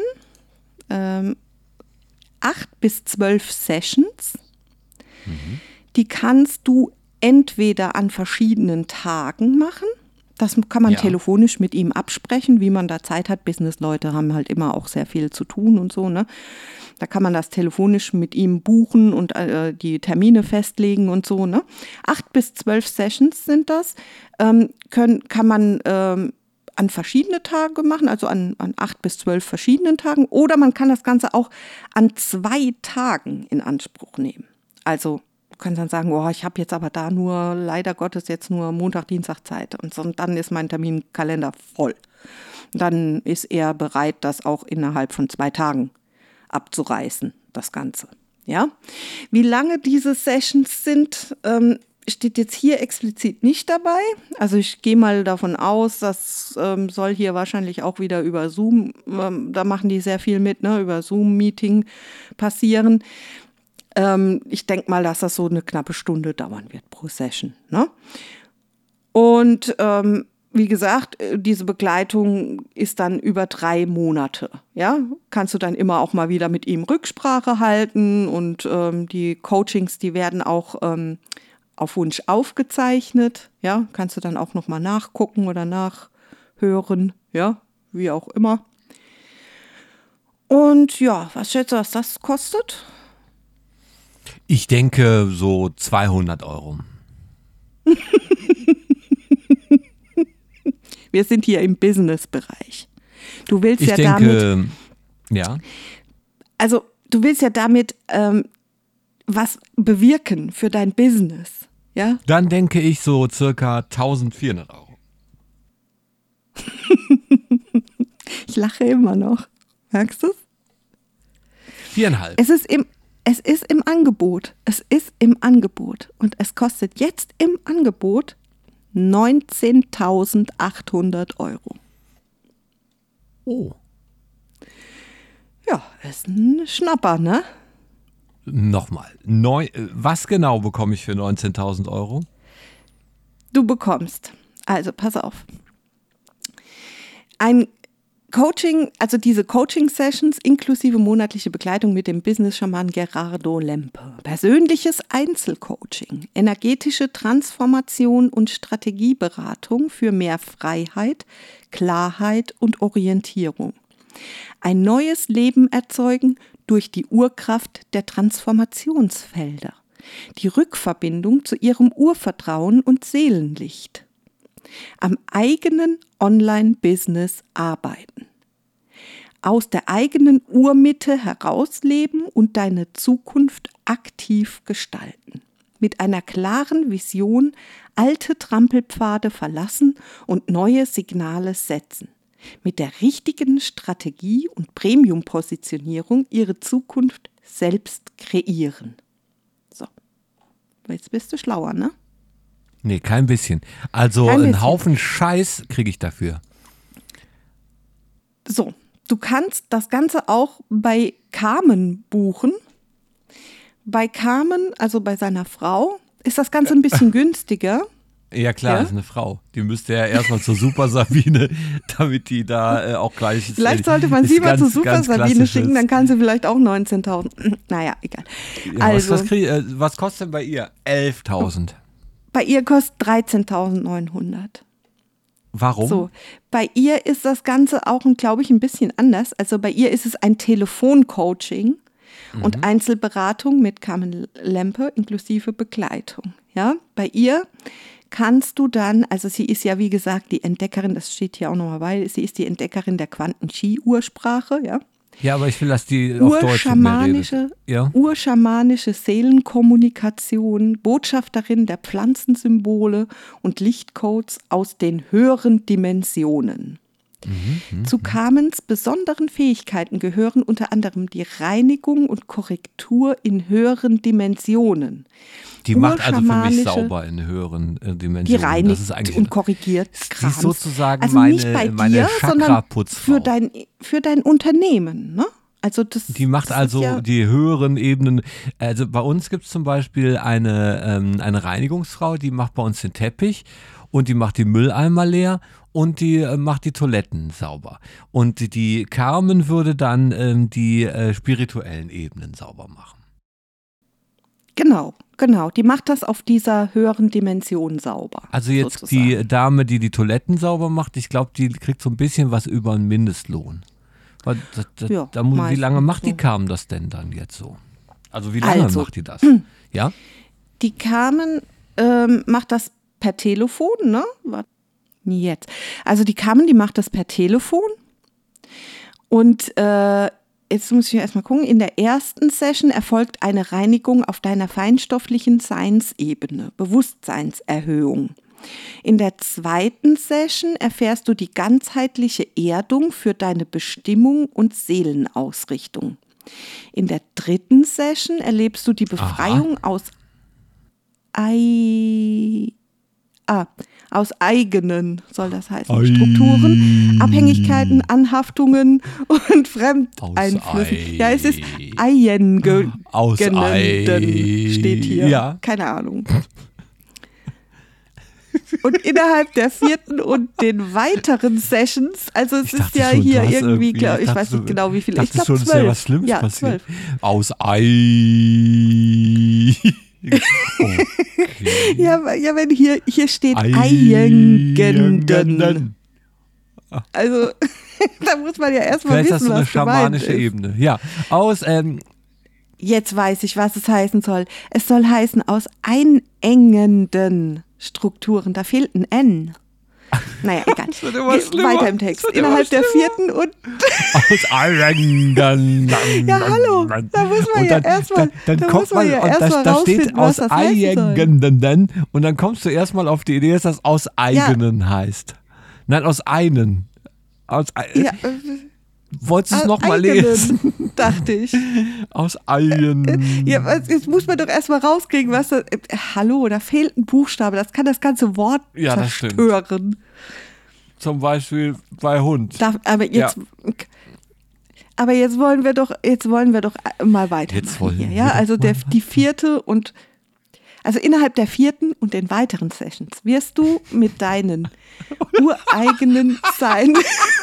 S9: 8 bis 12 Sessions. Die kannst du entweder an verschiedenen Tagen machen. Das kann man telefonisch mit ihm absprechen, wie man da Zeit hat. Businessleute haben halt immer auch sehr viel zu tun und so, ne? Da kann man das telefonisch mit ihm buchen und die Termine festlegen und so, ne? 8 bis 12 Sessions sind das. Kann man an verschiedene Tage machen, also an 8 bis 12 verschiedenen Tagen. Oder man kann das Ganze auch an 2 Tagen in Anspruch nehmen. Also du kannst dann sagen, ich habe jetzt aber da nur, leider Gottes, jetzt nur Montag, Dienstag Zeit. Und dann ist mein Terminkalender voll. Dann ist er bereit, das auch innerhalb von 2 Tagen abzureißen, das Ganze. Ja? Wie lange diese Sessions sind, steht jetzt hier explizit nicht dabei. Also ich gehe mal davon aus, das soll hier wahrscheinlich auch wieder über Zoom, da machen die sehr viel mit, ne, über Zoom-Meeting passieren. Ich denke mal, dass das so eine knappe Stunde dauern wird pro Session, ne? Und wie gesagt, diese Begleitung ist dann über 3 Monate. Ja? Kannst du dann immer auch mal wieder mit ihm Rücksprache halten und die Coachings, die werden auch auf Wunsch aufgezeichnet. Ja? Kannst du dann auch nochmal nachgucken oder nachhören, ja, wie auch immer. Und ja, was schätzt du, was das kostet?
S10: Ich denke so 200 €.
S9: Wir sind hier im Business-Bereich. Du willst
S10: ich
S9: ja
S10: denke,
S9: damit.
S10: Ja.
S9: Also, du willst ja damit was bewirken für dein Business. Ja?
S10: Dann denke ich so circa 1400 €.
S9: Ich lache immer noch. Merkst du es?
S10: 4,5.
S9: Es ist im Angebot. Es ist im Angebot. Und es kostet jetzt im Angebot 19.800 €.
S10: Oh.
S9: Ja, ist ein Schnapper, ne?
S10: Nochmal. Was genau bekomme ich für 19.000 €?
S9: Du bekommst, also pass auf, ein Coaching, also diese Coaching-Sessions inklusive monatliche Begleitung mit dem Business-Schaman Gerardo Lempe. Persönliches Einzelcoaching, energetische Transformation und Strategieberatung für mehr Freiheit, Klarheit und Orientierung. Ein neues Leben erzeugen durch die Urkraft der Transformationsfelder. Die Rückverbindung zu ihrem Urvertrauen und Seelenlicht. Am eigenen Online-Business arbeiten. Aus der eigenen Urmitte herausleben und deine Zukunft aktiv gestalten. Mit einer klaren Vision alte Trampelpfade verlassen und neue Signale setzen. Mit der richtigen Strategie und Premium-Positionierung ihre Zukunft selbst kreieren. So, jetzt bist du schlauer, ne?
S10: Nee, kein bisschen. Also einen Haufen Scheiß kriege ich dafür.
S9: So, du kannst das Ganze auch bei Carmen buchen. Bei Carmen, also bei seiner Frau, ist das Ganze ein bisschen günstiger.
S10: Ja klar, ist eine Frau. Die müsste ja erstmal zur Super Sabine, damit die da auch gleich...
S9: Vielleicht sollte man sie mal zur Super Sabine schicken, dann kann sie vielleicht auch 19.000. Naja, egal.
S10: Ja,
S9: also,
S10: was kostet denn bei ihr? 11.000.
S9: Bei ihr kostet 13.900.
S10: Warum?
S9: So, bei ihr ist das Ganze auch, glaube ich, ein bisschen anders. Also bei ihr ist es ein Telefoncoaching und Einzelberatung mit Carmen Lempe inklusive Begleitung. Ja, bei ihr kannst du dann, also sie ist ja wie gesagt die Entdeckerin, das steht hier auch nochmal bei, sie ist die Entdeckerin der Quanten-Chi-Ursprache, ja.
S10: Ja, aber ich will, dass die auf Deutsch mit mir redet. Ja.
S9: Urschamanische Seelenkommunikation, Botschafterin der Pflanzensymbole und Lichtcodes aus den höheren Dimensionen. Zu Carmens besonderen Fähigkeiten gehören unter anderem die Reinigung und Korrektur in höheren Dimensionen.
S10: Die macht also für mich sauber in höheren Dimensionen.
S9: Die reinigt und korrigiert
S10: Krams. Die ist sozusagen
S9: also
S10: meine,
S9: nicht bei
S10: meine
S9: dir, sondern
S10: Chakra-Putzfrau.
S9: für dein Unternehmen, ne? Also
S10: die macht also die höheren Ebenen. Also bei uns gibt es zum Beispiel eine Reinigungsfrau, die macht bei uns den Teppich und die macht die Mülleimer leer und die macht die Toiletten sauber. Und die Carmen würde dann die spirituellen Ebenen sauber machen.
S9: Genau. Die macht das auf dieser höheren Dimension sauber.
S10: Also jetzt sozusagen. Die Dame, die Toiletten sauber macht, ich glaube, die kriegt so ein bisschen was über einen Mindestlohn. Wie lange macht die Carmen das denn dann jetzt so? Also wie lange macht die das? Ja?
S9: Die Carmen macht das per Telefon, ne? Jetzt. Also die Carmen, die macht das per Telefon. Und jetzt muss ich erstmal gucken, in der ersten Session erfolgt eine Reinigung auf deiner feinstofflichen Seinsebene, Bewusstseinserhöhung. In der zweiten Session erfährst du die ganzheitliche Erdung für deine Bestimmung und Seelenausrichtung. In der dritten Session erlebst du die Befreiung aus eigenen, soll das heißen, Strukturen, Abhängigkeiten, Anhaftungen und Fremdeinflüssen. Ja, es ist steht hier. Ja. Keine Ahnung. Und innerhalb der 4. und den weiteren Sessions, also es ist ja hier irgendwie, ich weiß nicht genau wie viele, ich glaube 12.
S10: Ist ja was Schlimmes passiert.
S9: 12.
S10: Aus Ei. Okay.
S9: Ja, wenn hier steht Eiengenden. Also, da muss man ja erstmal wissen, was
S10: das so eine schamanische Ebene. Ja,
S9: jetzt weiß ich, was es heißen soll. Es soll heißen, aus einengenden Strukturen. Da fehlt ein N. Naja, egal. Weiter im Text. Innerhalb der 4. und...
S10: Aus Eiengenden.
S9: Ja, hallo. Da muss man ja erstmal
S10: da steht aus Eiengenden. Und dann kommst du erstmal auf die Idee, dass das aus eigenen heißt. Nein, aus einen. Wolltest du es nochmal lesen?
S9: Dachte ich.
S10: Aus Eigen.
S9: Ja, jetzt muss man doch erstmal rauskriegen, was das. Hallo, da fehlt ein Buchstabe. Das kann das ganze Wort zerstören. Stimmt.
S10: Zum Beispiel bei Hund.
S9: Aber jetzt wollen wir doch mal weitermachen hier. Ja, also die 4. und also innerhalb der 4. und den weiteren Sessions wirst du mit deinen ureigenen Sein.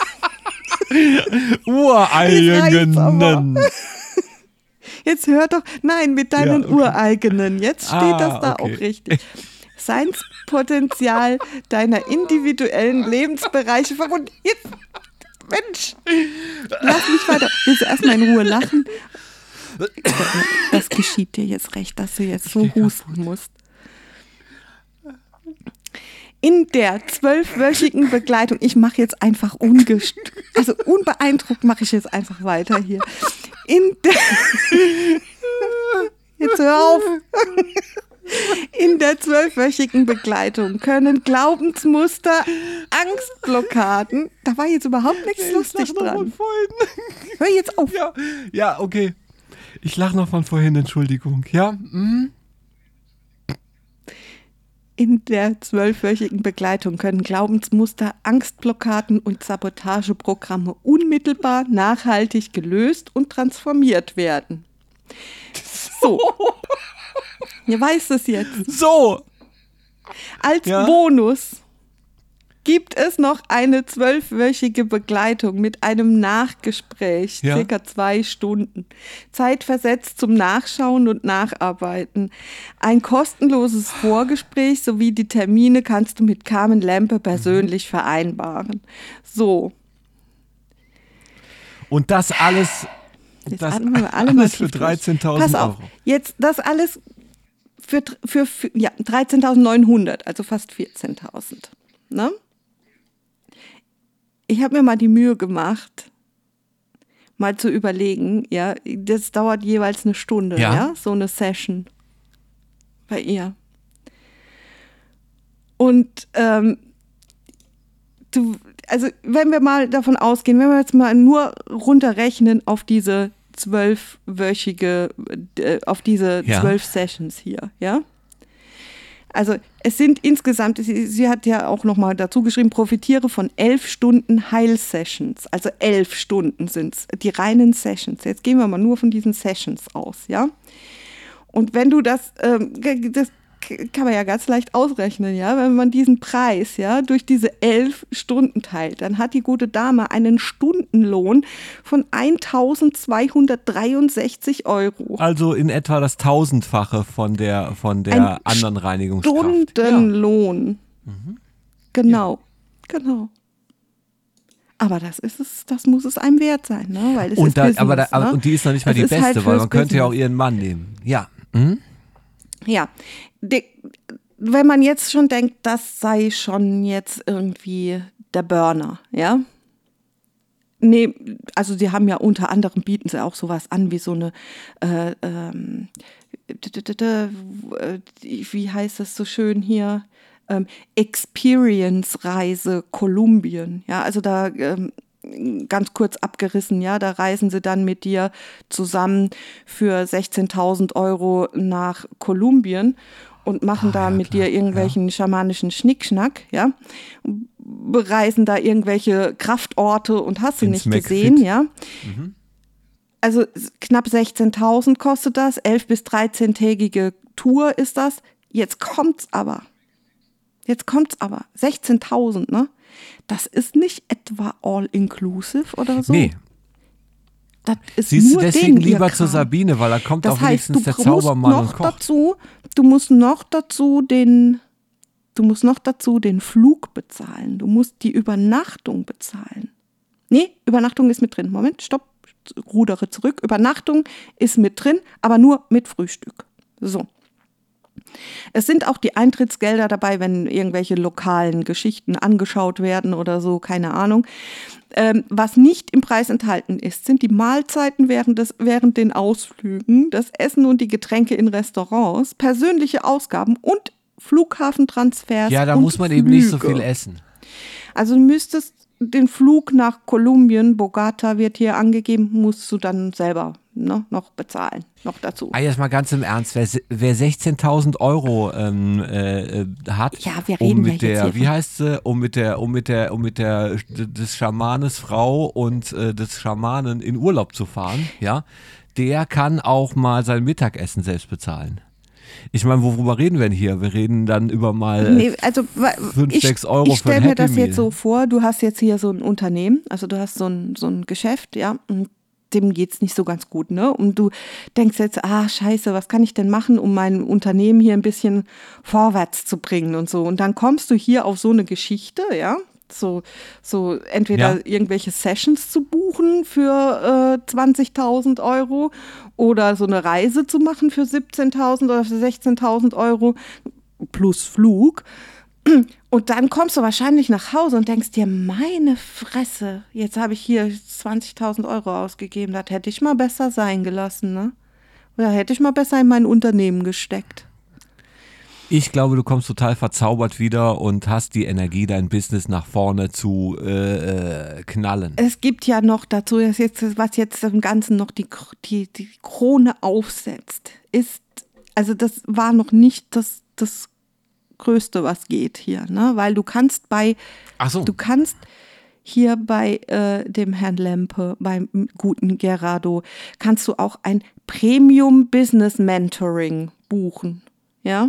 S10: Ureigenen.
S9: Jetzt hör doch, nein, mit deinen ureigenen. Jetzt steht das da auch richtig. Seinspotenzial deiner individuellen Lebensbereiche verbunden. Jetzt, Mensch, lass mich weiter. Willst du erstmal in Ruhe lachen? Das geschieht dir jetzt recht, dass du jetzt so husten musst. In der 12-wöchigen Begleitung, ich mache jetzt einfach unbeeindruckt mache ich jetzt einfach weiter hier. Jetzt hör auf. In der 12-wöchigen Begleitung können Glaubensmuster, Angstblockaden, da war jetzt überhaupt nichts lustig dran. Hör jetzt auf.
S10: Ja, okay. Ich lache noch von vorhin, Entschuldigung. Ja,
S9: In der 12-wöchigen Begleitung können Glaubensmuster, Angstblockaden und Sabotageprogramme unmittelbar, nachhaltig gelöst und transformiert werden. So. Ihr weißt es jetzt.
S10: So.
S9: Als Bonus gibt es noch eine 12-wöchige Begleitung mit einem Nachgespräch, circa 2 Stunden. Zeitversetzt zum Nachschauen und Nacharbeiten. Ein kostenloses Vorgespräch sowie die Termine kannst du mit Carmen Lempe persönlich vereinbaren. So.
S10: Und das alles,
S9: jetzt atmen wir alle mal
S10: für 13.000
S9: Pass auf,
S10: Euro.
S9: jetzt das alles für 13.900, also fast 14.000. Ne? Ich habe mir mal die Mühe gemacht, mal zu überlegen, ja, das dauert jeweils eine Stunde, ja, so eine Session bei ihr. Und also wenn wir mal davon ausgehen, wenn wir jetzt mal nur runterrechnen auf diese 12 Sessions hier, ja. Also es sind insgesamt, sie hat ja auch nochmal dazu geschrieben, profitiere von 11 Stunden Heil-Sessions. Also 11 Stunden sind es, die reinen Sessions. Jetzt gehen wir mal nur von diesen Sessions aus, ja. Und wenn du das kann man ja ganz leicht ausrechnen, ja, wenn man diesen Preis, ja, durch diese 11 Stunden teilt, dann hat die gute Dame einen Stundenlohn von 1.263 Euro.
S10: Also in etwa das 1000-fache von der anderen Reinigungskraft.
S9: Stundenlohn. Ja. Genau. Aber das muss es einem wert sein, ne? Weil es ist Business, ne?
S10: Und die ist noch nicht mal die beste, halt weil man könnte ja auch ihren Mann nehmen. Ja.
S9: Ja, wenn man jetzt schon denkt, das sei schon jetzt irgendwie der Burner, ja? Nee, also sie haben ja unter anderem, bieten sie auch sowas an wie so eine, wie heißt das so schön hier, Experience-Reise Kolumbien, ja, also da ganz kurz abgerissen, ja, da reisen sie dann mit dir zusammen für 16.000 Euro nach Kolumbien und machen da mit dir irgendwelchen schamanischen Schnickschnack, ja, bereisen da irgendwelche Kraftorte und hast du nicht gesehen, ja. Also knapp 16.000 kostet das, 11- bis 13-tägige Tour ist das. Jetzt kommt's aber, 16.000, ne? Das ist nicht etwa all-inclusive oder so. Nee. Das ist
S10: siehst
S9: nur
S10: du deswegen
S9: Ding,
S10: lieber zu Sabine, weil da kommt das auch
S9: heißt,
S10: wenigstens der Zaubermann und kocht.
S9: Du musst noch dazu den Flug bezahlen. Du musst die Übernachtung bezahlen. Nee, Übernachtung ist mit drin. Moment, stopp, rudere zurück. Übernachtung ist mit drin, aber nur mit Frühstück. So. Es sind auch die Eintrittsgelder dabei, wenn irgendwelche lokalen Geschichten angeschaut werden oder so, keine Ahnung. Was nicht im Preis enthalten ist, sind die Mahlzeiten während den Ausflügen, das Essen und die Getränke in Restaurants, persönliche Ausgaben und Flughafentransfers.
S10: Ja, da
S9: und
S10: muss man
S9: Flüge.
S10: eben nicht so viel essen.
S9: Also du müsstest den Flug nach Kolumbien, Bogota wird hier angegeben, musst du dann selber noch bezahlen, noch dazu.
S10: Jetzt mal ganz im Ernst, wer 16.000 Euro hat,
S9: ja, wir reden
S10: mit der, wie heißt sie, mit der des Schamanes Frau und des Schamanen in Urlaub zu fahren, ja, der kann auch mal sein Mittagessen selbst bezahlen. Ich meine, worüber reden wir denn hier? Wir reden dann über mal 5-6 Euro für ein Happy Meal. Ich stelle mir das
S9: jetzt so vor, du hast jetzt hier so ein Unternehmen, also du hast so ein Geschäft, ja, und dem geht's nicht so ganz gut, ne? Und du denkst jetzt, scheiße, was kann ich denn machen, um mein Unternehmen hier ein bisschen vorwärts zu bringen und so. Und dann kommst du hier auf so eine Geschichte, ja, So entweder irgendwelche Sessions zu buchen für 20.000 Euro oder so eine Reise zu machen für 17.000 oder für 16.000 Euro plus Flug. Und dann kommst du wahrscheinlich nach Hause und denkst dir, meine Fresse, jetzt habe ich hier 20.000 Euro ausgegeben, das hätte ich mal besser sein gelassen, ne? Oder hätte ich mal besser in mein Unternehmen gesteckt.
S10: Ich glaube, du kommst total verzaubert wieder und hast die Energie, dein Business nach vorne zu knallen.
S9: Es gibt ja noch dazu, was jetzt im Ganzen noch die Krone aufsetzt, also das war noch nicht das Größte, was geht hier, ne? Weil du kannst hier bei dem Herrn Lempe, beim guten Gerardo, kannst du auch ein Premium Business Mentoring buchen, ja?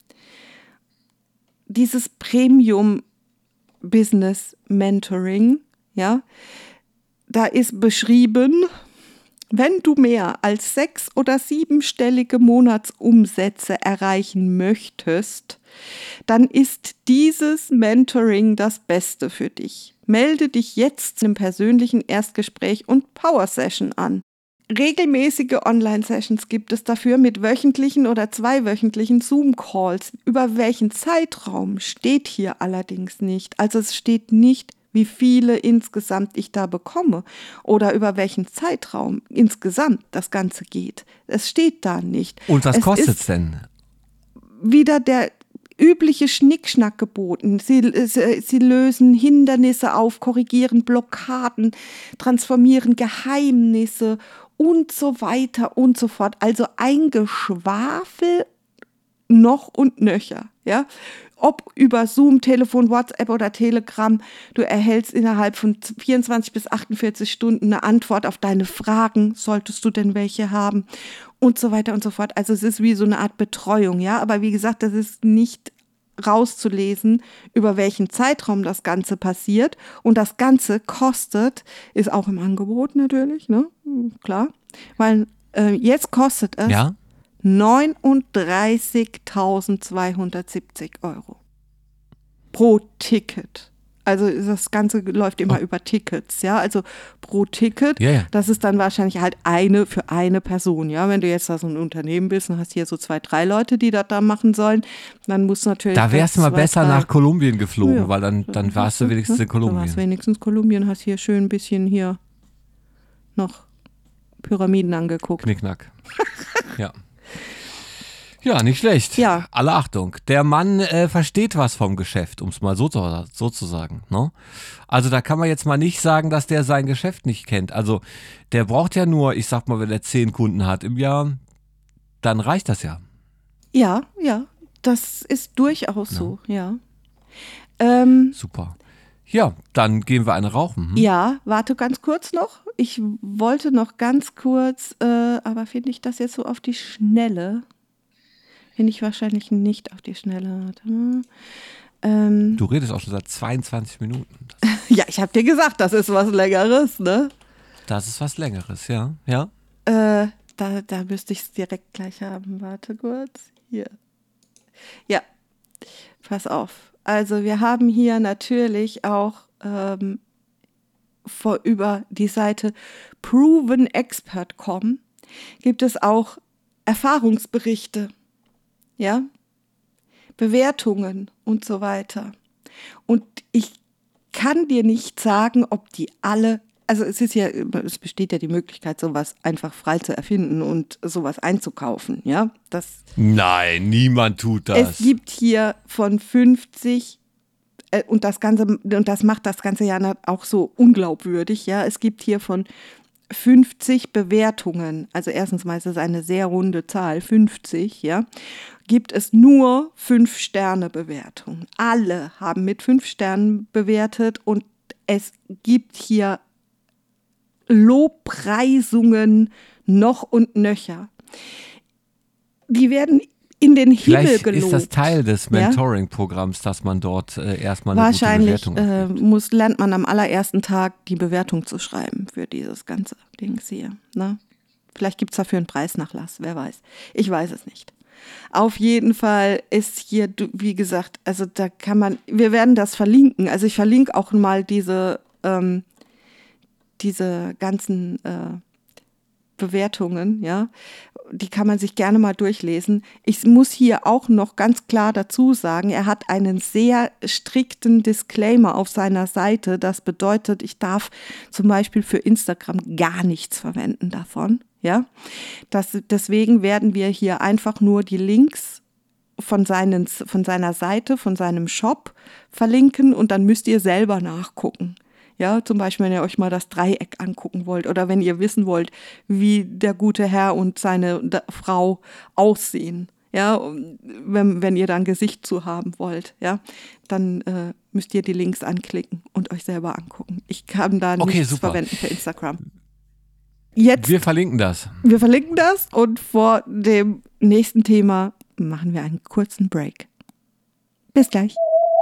S9: Dieses Premium Business Mentoring, ja, da ist beschrieben, wenn du mehr als 6- oder 7-stellige Monatsumsätze erreichen möchtest, dann ist dieses Mentoring das Beste für dich. Melde dich jetzt im persönlichen Erstgespräch und Power-Session an. Regelmäßige Online-Sessions gibt es dafür mit wöchentlichen oder 2-wöchentlichen Zoom-Calls. Über welchen Zeitraum steht hier allerdings nicht. Also es steht nicht, wie viele insgesamt ich da bekomme oder über welchen Zeitraum insgesamt das Ganze geht. Es steht da nicht.
S10: Und was kostet es denn?
S9: Wieder der übliche Schnickschnack geboten. Sie lösen Hindernisse auf, korrigieren Blockaden, transformieren Geheimnisse und so weiter und so fort. Also ein Geschwafel noch und nöcher, ja. Ob über Zoom, Telefon, WhatsApp oder Telegram, du erhältst innerhalb von 24 bis 48 Stunden eine Antwort auf deine Fragen, solltest du denn welche haben und so weiter und so fort. Also es ist wie so eine Art Betreuung, ja, aber wie gesagt, das ist nicht rauszulesen, über welchen Zeitraum das Ganze passiert und das Ganze kostet, ist auch im Angebot natürlich, ne, klar, weil jetzt kostet es 39.270 Euro pro Ticket. Also das Ganze läuft immer über Tickets, ja, also pro Ticket, das ist dann wahrscheinlich halt für eine Person, ja, wenn du jetzt da so ein Unternehmen bist und hast hier so 2, 3 Leute, die das da machen sollen, dann musst du natürlich...
S10: Da wärst du mal besser nach Kolumbien geflogen, weil dann warst du wenigstens in Kolumbien.
S9: Du warst wenigstens in Kolumbien, hast hier schön ein bisschen hier noch Pyramiden angeguckt.
S10: Knickknack. Ja. Ja, nicht schlecht.
S9: Ja.
S10: Alle Achtung. Der Mann versteht was vom Geschäft, um es mal so zu sagen. Ne? Also da kann man jetzt mal nicht sagen, dass der sein Geschäft nicht kennt. Also der braucht ja nur, ich sag mal, wenn er 10 Kunden hat im Jahr, dann reicht das ja.
S9: Ja, das ist durchaus so, ja.
S10: Super. Ja, dann gehen wir eine rauchen.
S9: Ja, warte ganz kurz noch. Ich wollte noch ganz kurz, aber finde ich das jetzt so auf die Schnelle? Finde ich wahrscheinlich nicht auf die Schnelle.
S10: Du redest auch schon seit 22 Minuten.
S9: Ja, ich habe dir gesagt, das ist was Längeres, ne?
S10: Das ist was Längeres, ja. Ja.
S9: Da müsste ich es direkt gleich haben. Warte kurz. Hier. Ja, pass auf. Also wir haben hier natürlich auch über die Seite provenexpert.com gibt es auch Erfahrungsberichte. Ja, Bewertungen und so weiter. Und ich kann dir nicht sagen, ob die alle, also es besteht ja die Möglichkeit, sowas einfach frei zu erfinden und sowas einzukaufen, ja.
S10: Nein, niemand tut das.
S9: Es gibt hier von 50 und das macht das Ganze ja auch so unglaubwürdig, ja. Es gibt hier von 50 Bewertungen, also erstens mal ist es eine sehr runde Zahl, 50, ja, gibt es nur 5-Sterne-Bewertungen. Alle haben mit 5 Sternen bewertet und es gibt hier Lobpreisungen noch und nöcher. Die werden in den Himmel gelobt.
S10: Vielleicht ist das Teil des Mentoring-Programms, dass man dort erstmal eine gute Bewertung gibt.
S9: Wahrscheinlich lernt man am allerersten Tag die Bewertung zu schreiben für dieses ganze Dings hier. Ne? Vielleicht gibt es dafür einen Preisnachlass, wer weiß. Ich weiß es nicht. Auf jeden Fall ist hier, wie gesagt, also da kann man, wir werden das verlinken. Also ich verlinke auch mal diese ganzen Bewertungen, ja. Die kann man sich gerne mal durchlesen. Ich muss hier auch noch ganz klar dazu sagen, er hat einen sehr strikten Disclaimer auf seiner Seite. Das bedeutet, ich darf zum Beispiel für Instagram gar nichts verwenden davon. Ja? Deswegen werden wir hier einfach nur die Links von seiner Seite, von seinem Shop verlinken und dann müsst ihr selber nachgucken. Ja, zum Beispiel, wenn ihr euch mal das Dreieck angucken wollt oder wenn ihr wissen wollt, wie der gute Herr und seine Frau aussehen. Ja, wenn ihr da ein Gesicht zu haben wollt, ja, dann müsst ihr die Links anklicken und euch selber angucken. Ich kann da nichts verwenden für Instagram. Jetzt,
S10: wir verlinken das.
S9: Wir verlinken das und vor dem nächsten Thema machen wir einen kurzen Break. Bis gleich.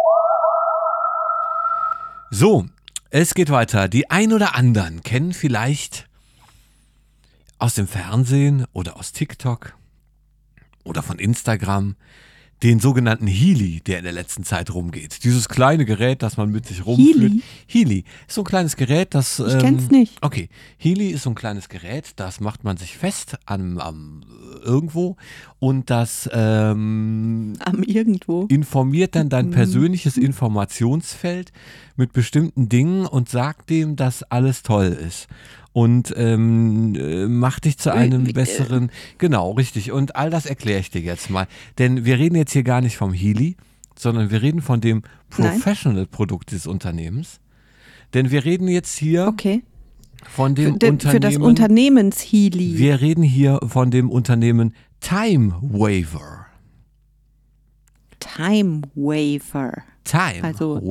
S10: So, es geht weiter. Die ein oder anderen kennen vielleicht aus dem Fernsehen oder aus TikTok oder von Instagram den sogenannten Healy, der in der letzten Zeit rumgeht. Dieses kleine Gerät, das man mit sich rumführt. Healy ist so ein kleines Gerät, das...
S9: Ich kenn's nicht.
S10: Okay, Healy ist so ein kleines Gerät, das macht man sich fest am irgendwo und das
S9: am irgendwo
S10: informiert dann dein persönliches Informationsfeld mit bestimmten Dingen und sagt dem, dass alles toll ist. Und macht dich zu einem besseren, genau, richtig. Und all das erkläre ich dir jetzt mal. Denn wir reden jetzt hier gar nicht vom Healy, sondern wir reden von dem Professional-Produkt des Unternehmens. Denn wir reden jetzt hier von dem Unternehmen.
S9: Für das Unternehmens-Healy.
S10: Wir reden hier von dem Unternehmen Time Waver.
S9: Time Waver.
S10: Also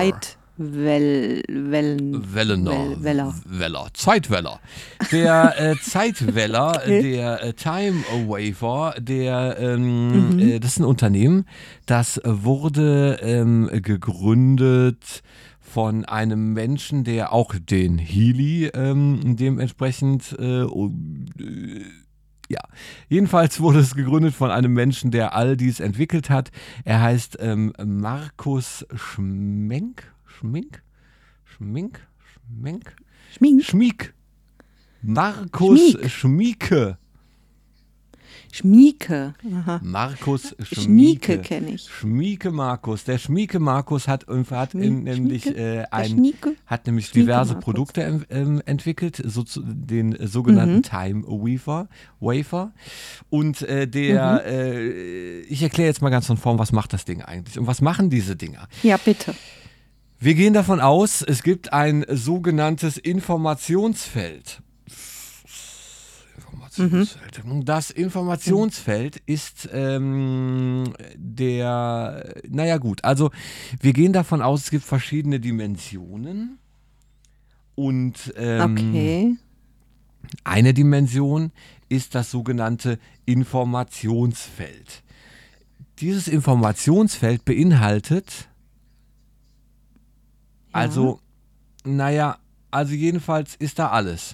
S10: Zeitweller. Der Zeitweller, der Time Waver, das ist ein Unternehmen, das wurde gegründet von einem Menschen, der auch den Healy dementsprechend jedenfalls wurde es gegründet von einem Menschen, der all dies entwickelt hat. Er heißt Markus Schmiek. Markus Schmieke.
S9: Schmieke. Aha.
S10: Markus
S9: Schmieke kenne ich.
S10: Schmieke Markus. Der Schmieke Markus hat nämlich diverse Produkte entwickelt, den sogenannten Time Waver. Und ich erkläre jetzt mal ganz von vorn, was macht das Ding eigentlich und was machen diese Dinger?
S9: Ja, bitte.
S10: Wir gehen davon aus, es gibt ein sogenanntes Informationsfeld. Das Informationsfeld ist also wir gehen davon aus, es gibt verschiedene Dimensionen und eine Dimension ist das sogenannte Informationsfeld. Dieses Informationsfeld beinhaltet jedenfalls ist da alles.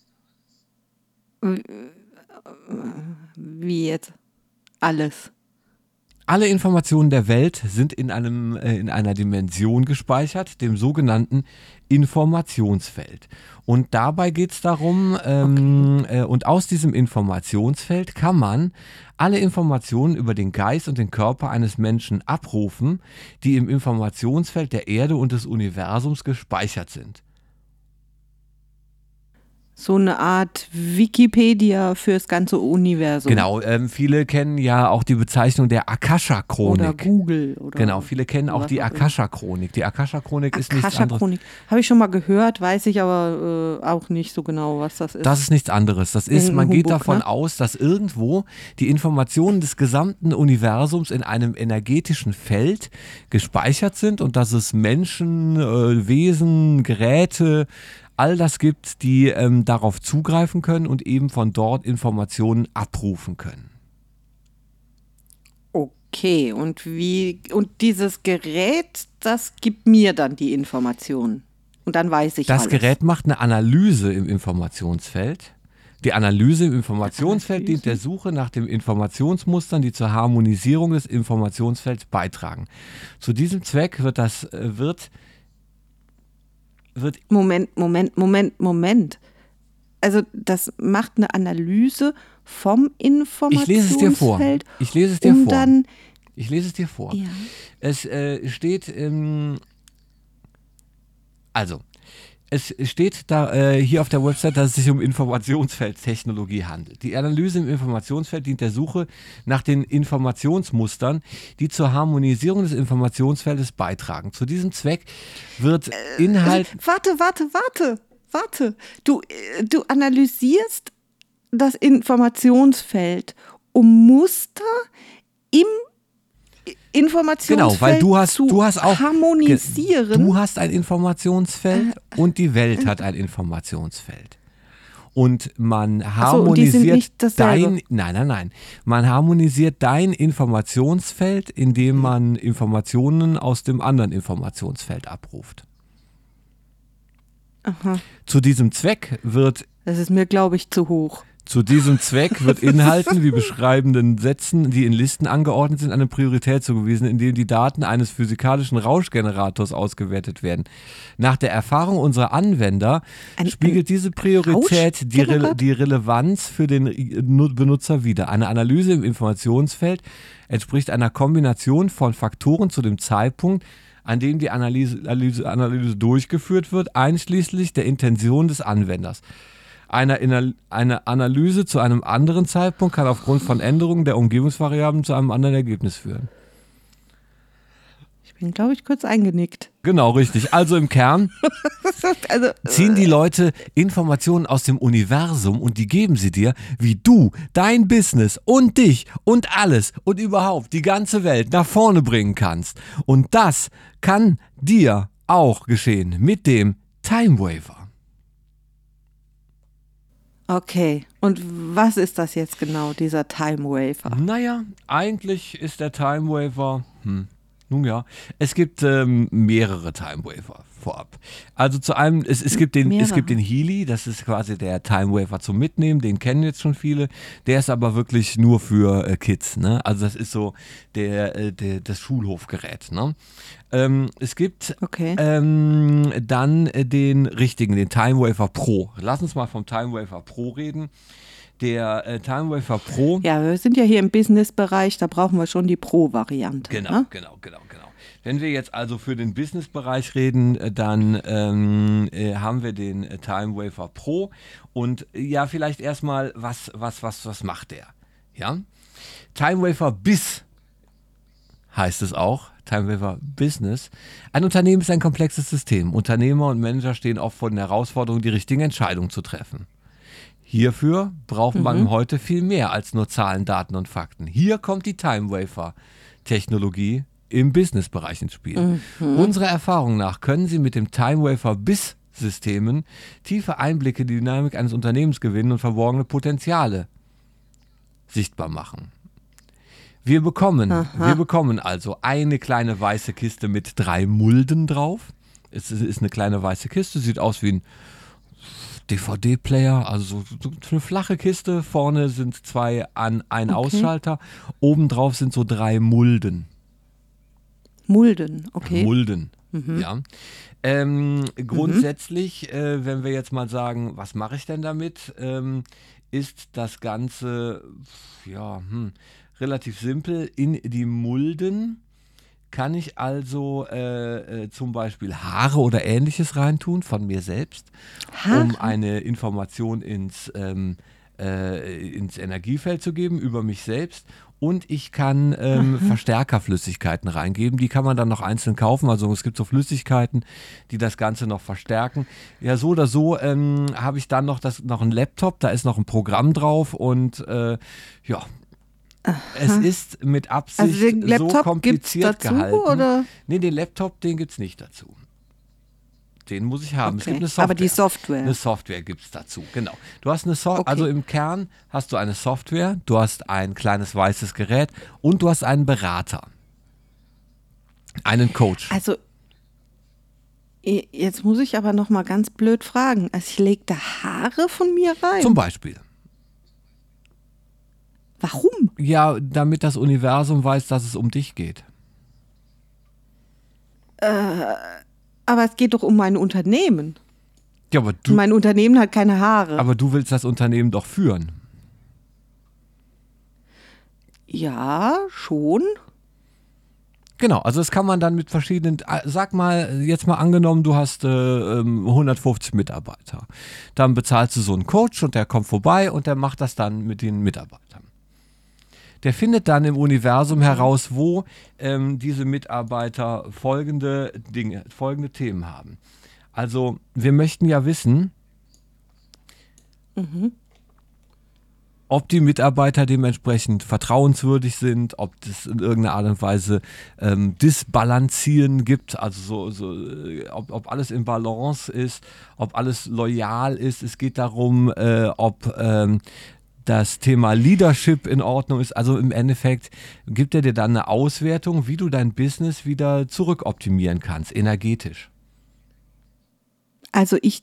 S9: Wie jetzt? Alles.
S10: Alle Informationen der Welt sind in einer Dimension gespeichert, dem sogenannten Informationsfeld. Und dabei geht es darum, und aus diesem Informationsfeld kann man alle Informationen über den Geist und den Körper eines Menschen abrufen, die im Informationsfeld der Erde und des Universums gespeichert sind.
S9: So eine Art Wikipedia fürs ganze Universum.
S10: Genau, viele kennen ja auch die Bezeichnung der Akasha-Chronik.
S9: Oder Google. Oder
S10: genau, viele kennen auch die Akasha-Chronik. Die Akasha-Chronik ist nichts anderes.
S9: Habe ich schon mal gehört, weiß ich aber auch nicht so genau, was das ist.
S10: Das ist nichts anderes. Das ist, man geht davon aus, dass irgendwo die Informationen des gesamten Universums in einem energetischen Feld gespeichert sind und dass es Menschen, Wesen, Geräte, all das gibt, die darauf zugreifen können und eben von dort Informationen abrufen können.
S9: Okay, und dieses Gerät, das gibt mir dann die Informationen. Und dann weiß ich
S10: das
S9: alles.
S10: Gerät macht eine Analyse im Informationsfeld. Die Analyse im Informationsfeld dient der Suche nach den Informationsmustern, die zur Harmonisierung des Informationsfelds beitragen. Zu diesem Zweck wird
S9: Moment. Also das macht eine Analyse vom Informationsfeld.
S10: Ich lese es dir vor.
S9: Dann,
S10: ich lese es dir vor.
S9: Ja.
S10: Es steht da hier auf der Website, dass es sich um Informationsfeldtechnologie handelt. Die Analyse im Informationsfeld dient der Suche nach den Informationsmustern, die zur Harmonisierung des Informationsfeldes beitragen. Zu diesem Zweck wird Inhalt...
S9: Warte. Du analysierst das Informationsfeld, um Muster im Informationsfeld
S10: weil du hast auch
S9: harmonisieren.
S10: Du hast ein Informationsfeld und die Welt hat ein Informationsfeld. Und man harmonisiert
S9: und die sind nicht dasselbe.
S10: Nein. Man harmonisiert dein Informationsfeld, indem man Informationen aus dem anderen Informationsfeld abruft.
S9: Aha.
S10: Zu diesem Zweck wird...
S9: Das ist mir, glaube ich, zu hoch.
S10: Zu diesem Zweck wird Inhalten wie beschreibenden Sätzen, die in Listen angeordnet sind, eine Priorität zugewiesen, indem die Daten eines physikalischen Rauschgenerators ausgewertet werden. Nach der Erfahrung unserer Anwender spiegelt diese Priorität die Relevanz für den Benutzer wider. Eine Analyse im Informationsfeld entspricht einer Kombination von Faktoren zu dem Zeitpunkt, an dem die Analyse durchgeführt wird, einschließlich der Intention des Anwenders. Eine Analyse zu einem anderen Zeitpunkt kann aufgrund von Änderungen der Umgebungsvariablen zu einem anderen Ergebnis führen.
S9: Ich bin, glaube ich, kurz eingenickt.
S10: Genau, richtig. Also im Kern ziehen die Leute Informationen aus dem Universum und die geben sie dir, wie du dein Business und dich und alles und überhaupt die ganze Welt nach vorne bringen kannst. Und das kann dir auch geschehen mit dem Time Waver.
S9: Okay, und was ist das jetzt genau, dieser Time Waver?
S10: Naja, eigentlich ist der Time Waver, nun ja, es gibt mehrere Time Waver vorab. Also zu einem, es gibt den Healy, das ist quasi der Time Waver zum Mitnehmen, den kennen jetzt schon viele, der ist aber wirklich nur für Kids, ne? Also das ist so das Schulhofgerät, ne? Es gibt dann den richtigen, den Time Waver Pro. Lass uns mal vom Time Waver Pro reden. Der Time Waver Pro.
S9: Ja, wir sind ja hier im Business-Bereich, da brauchen wir schon die Pro-Variante.
S10: Genau,
S9: ne?
S10: genau. Wenn wir jetzt also für den Business-Bereich reden, dann haben wir den Time Waver Pro. Und ja, vielleicht erstmal, was macht der? Ja? Time Waver Biz heißt es auch. Time Waver Business. Ein Unternehmen ist ein komplexes System. Unternehmer und Manager stehen oft vor den Herausforderungen, die richtigen Entscheidungen zu treffen. Hierfür braucht man heute viel mehr als nur Zahlen, Daten und Fakten. Hier kommt die Time Waver Technologie im Businessbereich ins Spiel. Unserer Erfahrung nach können Sie mit dem Time Waver Biz-Systemen tiefe Einblicke in die Dynamik eines Unternehmens gewinnen und verborgene Potenziale sichtbar machen. Wir bekommen also eine kleine weiße Kiste mit 3 Mulden drauf. Es ist eine kleine weiße Kiste, sieht aus wie ein DVD-Player, also so eine flache Kiste. Vorne sind 2 ein Ausschalter. Obendrauf sind so 3 Mulden.
S9: Mulden, okay.
S10: Mulden, ja. Grundsätzlich, wenn wir jetzt mal sagen, was mache ich denn damit, ist das Ganze, relativ simpel. In die Mulden kann ich also zum Beispiel Haare oder Ähnliches reintun von mir selbst, um eine Information ins Energiefeld zu geben über mich selbst. Und ich kann Verstärkerflüssigkeiten reingeben. Die kann man dann noch einzeln kaufen. Also es gibt so Flüssigkeiten, die das Ganze noch verstärken. Ja, so oder so habe ich dann noch einen Laptop. Da ist noch ein Programm drauf. Und es ist mit Absicht
S9: also den Laptop
S10: so kompliziert
S9: dazu,
S10: gehalten.
S9: Oder?
S10: Nee, den Laptop, den gibt es nicht dazu. Den muss ich haben.
S9: Okay.
S10: Es gibt eine Software.
S9: Aber die Software.
S10: Eine Software gibt es dazu, genau. Du hast also im Kern hast du eine Software, du hast ein kleines weißes Gerät und du hast einen Berater. Einen Coach.
S9: Also, jetzt muss ich aber noch mal ganz blöd fragen. Also ich lege da Haare von mir rein?
S10: Zum Beispiel.
S9: Warum?
S10: Ja, damit das Universum weiß, dass es um dich geht.
S9: Aber es geht doch um mein Unternehmen.
S10: Ja, aber
S9: Und mein Unternehmen hat keine Haare.
S10: aber du willst das Unternehmen doch führen.
S9: Ja, schon.
S10: Genau, also das kann man dann mit verschiedenen, sag mal, jetzt mal angenommen, du hast 150 Mitarbeiter. Dann bezahlst du so einen Coach und der kommt vorbei und der macht das dann mit den Mitarbeitern. Der findet dann im Universum heraus, wo diese Mitarbeiter folgende Themen haben. Also wir möchten ja wissen, ob die Mitarbeiter dementsprechend vertrauenswürdig sind, ob es in irgendeiner Art und Weise Disbalancieren gibt, also ob alles im Balance ist, ob alles loyal ist. Es geht darum, ob das Thema Leadership in Ordnung ist. Also im Endeffekt gibt er dir dann eine Auswertung, wie du dein Business wieder zurückoptimieren kannst, energetisch.
S9: Also ich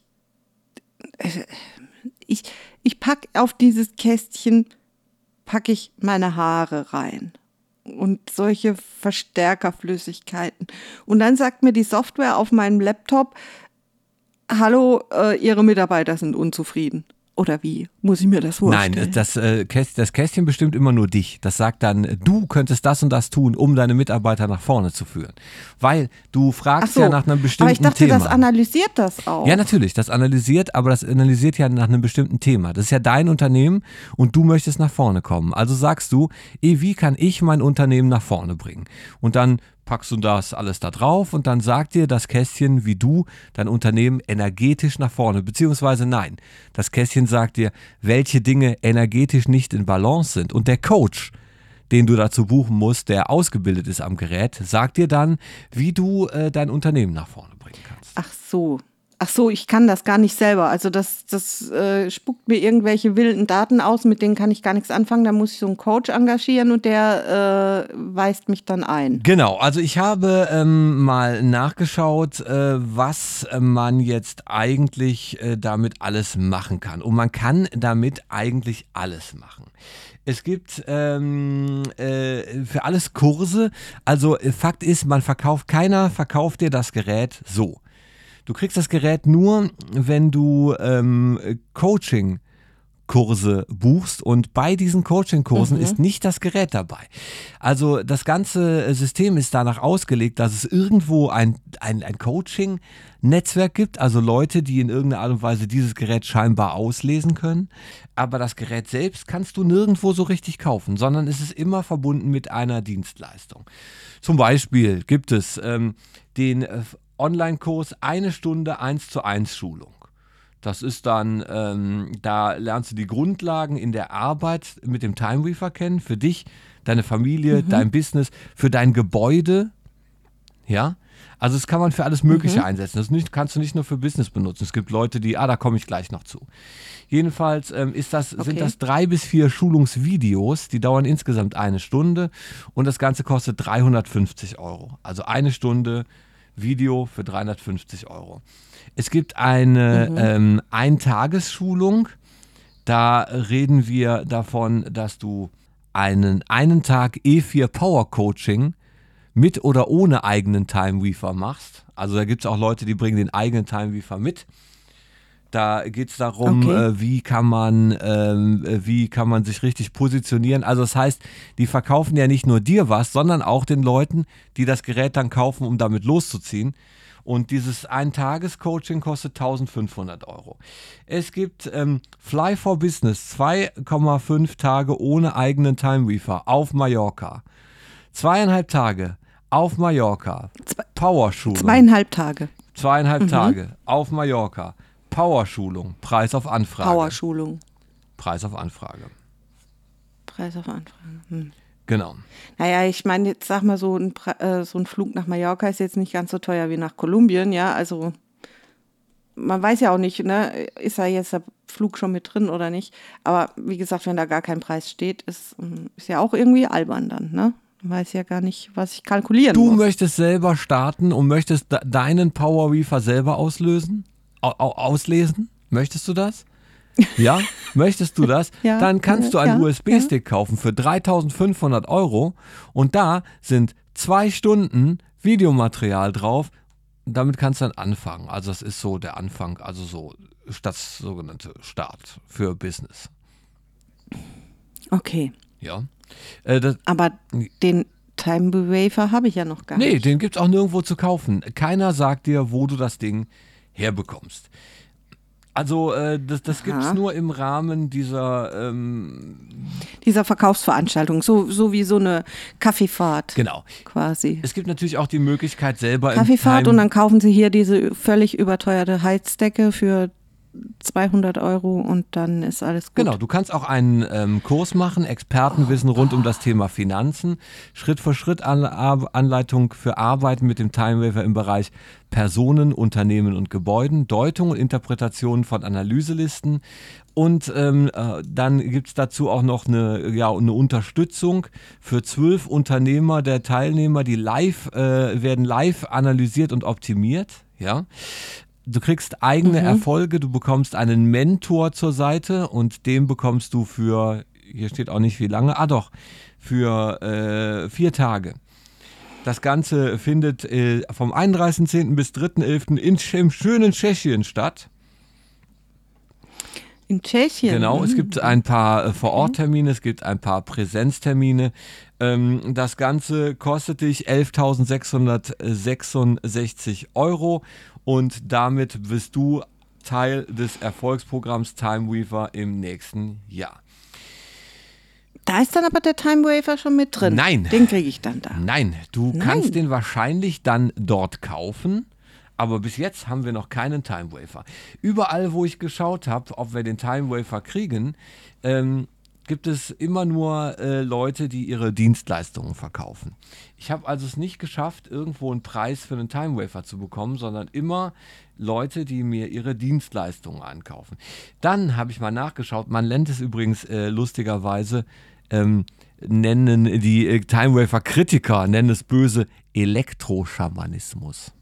S9: packe auf dieses Kästchen, packe ich meine Haare rein und solche Verstärkerflüssigkeiten. Und dann sagt mir die Software auf meinem Laptop, hallo, Ihre Mitarbeiter sind unzufrieden. Oder wie? Muss ich mir das vorstellen?
S10: Nein, das Kästchen bestimmt immer nur dich. Das sagt dann, du könntest das und das tun, um deine Mitarbeiter nach vorne zu führen. Weil du fragst ja nach einem bestimmten Thema.
S9: Aber ich dachte, das analysiert das auch.
S10: Ja, natürlich, das analysiert, aber das analysiert ja nach einem bestimmten Thema. Das ist ja dein Unternehmen und du möchtest nach vorne kommen. Also sagst du, wie kann ich mein Unternehmen nach vorne bringen? Und dann packst du das alles da drauf und dann sagt dir das Kästchen, wie du dein Unternehmen energetisch nach vorne, beziehungsweise nein, das Kästchen sagt dir, welche Dinge energetisch nicht in Balance sind. Und der Coach, den du dazu buchen musst, der ausgebildet ist am Gerät, sagt dir dann, wie du dein Unternehmen nach vorne bringen kannst.
S9: Ach so, ich kann das gar nicht selber. Also das spuckt mir irgendwelche wilden Daten aus, mit denen kann ich gar nichts anfangen. Da muss ich so einen Coach engagieren und der weist mich dann ein.
S10: Genau, also ich habe mal nachgeschaut, was man jetzt eigentlich damit alles machen kann. Und man kann damit eigentlich alles machen. Es gibt für alles Kurse. Also Fakt ist, keiner verkauft dir das Gerät so. Du kriegst das Gerät nur, wenn du Coaching-Kurse buchst und bei diesen Coaching-Kursen ist nicht das Gerät dabei. Also das ganze System ist danach ausgelegt, dass es irgendwo ein Coaching-Netzwerk gibt, also Leute, die in irgendeiner Art und Weise dieses Gerät scheinbar auslesen können, aber das Gerät selbst kannst du nirgendwo so richtig kaufen, sondern es ist immer verbunden mit einer Dienstleistung. Zum Beispiel gibt es den Online-Kurs 1 Stunde 1:1 Schulung. Das ist dann, da lernst du die Grundlagen in der Arbeit mit dem Timeweaver kennen, für dich, deine Familie, dein Business, für dein Gebäude, ja. Also das kann man für alles Mögliche einsetzen. Das kannst du nicht nur für Business benutzen. Es gibt Leute, die, da komme ich gleich noch zu. Jedenfalls sind das 3 bis 4 Schulungsvideos, die dauern insgesamt 1 Stunde und das Ganze kostet 350 €. Also 1 Stunde Video für 350 €. Es gibt eine Eintagesschulung. Da reden wir davon, dass du einen Tag E4 Power Coaching mit oder ohne eigenen Timeweaver machst. Also da gibt es auch Leute, die bringen den eigenen Timeweaver mit. Da geht es darum, wie kann man sich richtig positionieren. Also das heißt, die verkaufen ja nicht nur dir was, sondern auch den Leuten, die das Gerät dann kaufen, um damit loszuziehen. Und dieses Eintages-Coaching kostet 1.500 €. Es gibt Fly for Business, 2,5 Tage ohne eigenen Timeweaver auf Mallorca. 2,5 Tage auf Mallorca. Powerschulung.
S9: 2,5 Tage.
S10: 2,5 Tage auf Mallorca. Powerschulung, Preis auf Anfrage.
S9: Powerschulung.
S10: Preis auf Anfrage.
S9: Preis auf Anfrage.
S10: Genau.
S9: Naja, ich meine, jetzt sag mal, so ein Flug nach Mallorca ist jetzt nicht ganz so teuer wie nach Kolumbien, ja, also man weiß ja auch nicht, ne, ist da jetzt der Flug schon mit drin oder nicht, aber wie gesagt, wenn da gar kein Preis steht, ist ja auch irgendwie albern dann, ne? Ich weiß ja gar nicht, was ich kalkulieren muss.
S10: Du möchtest selber starten und möchtest deinen Powerweaver selber auslesen? Möchtest du das? Ja, möchtest du das?
S9: Ja,
S10: Dann kannst du einen
S9: ja,
S10: USB-Stick kaufen für 3.500 € und da sind 2 Stunden Videomaterial drauf. Damit kannst du dann anfangen. Also das ist so der Anfang, also so das sogenannte Start für Business.
S9: Okay.
S10: Ja.
S9: Aber den Time Wafer habe ich ja noch gar
S10: Nee,
S9: nicht.
S10: den gibt es auch nirgendwo zu kaufen. Keiner sagt dir, wo du das Ding herbekommst. Also das gibt es nur im Rahmen dieser
S9: Verkaufsveranstaltung, so wie so eine Kaffeefahrt.
S10: Genau.
S9: Quasi.
S10: Es gibt natürlich auch die Möglichkeit selber
S9: Kaffeefahrt und dann kaufen sie hier diese völlig überteuerte Heizdecke für 200 € und dann ist alles gut.
S10: Genau, du kannst auch einen Kurs machen, Expertenwissen rund um das Thema Finanzen, Schritt-für-Schritt-Anleitung für Arbeiten mit dem Time Wafer im Bereich Personen, Unternehmen und Gebäuden, Deutung und Interpretation von Analyselisten und dann gibt es dazu auch noch eine Unterstützung für 12 Unternehmer der Teilnehmer, die werden live analysiert und optimiert, ja. Du kriegst eigene Erfolge, du bekommst einen Mentor zur Seite und den bekommst du für, hier steht auch nicht wie lange, für 4 Tage. Das Ganze findet vom 31.10. bis 3.11. im schönen Tschechien statt.
S9: In Tschechien?
S10: Genau, es gibt ein paar Vor-Ort-Termine, es gibt ein paar Präsenztermine. Das Ganze kostet dich 11.666 € und damit bist du Teil des Erfolgsprogramms Time Wafer im nächsten Jahr.
S9: Da ist dann aber der Time Wafer schon mit drin.
S10: Nein.
S9: Den kriege ich dann da.
S10: Nein, du kannst den wahrscheinlich dann dort kaufen. Aber bis jetzt haben wir noch keinen Time Wafer. Überall, wo ich geschaut habe, ob wir den Time Wafer kriegen, gibt es immer nur Leute, die ihre Dienstleistungen verkaufen. Ich habe also es nicht geschafft, irgendwo einen Preis für einen Time Wafer zu bekommen, sondern immer Leute, die mir ihre Dienstleistungen ankaufen. Dann habe ich mal nachgeschaut, man nennt es übrigens lustigerweise, nennen die Time Wafer Kritiker, nennen es böse Elektroschamanismus.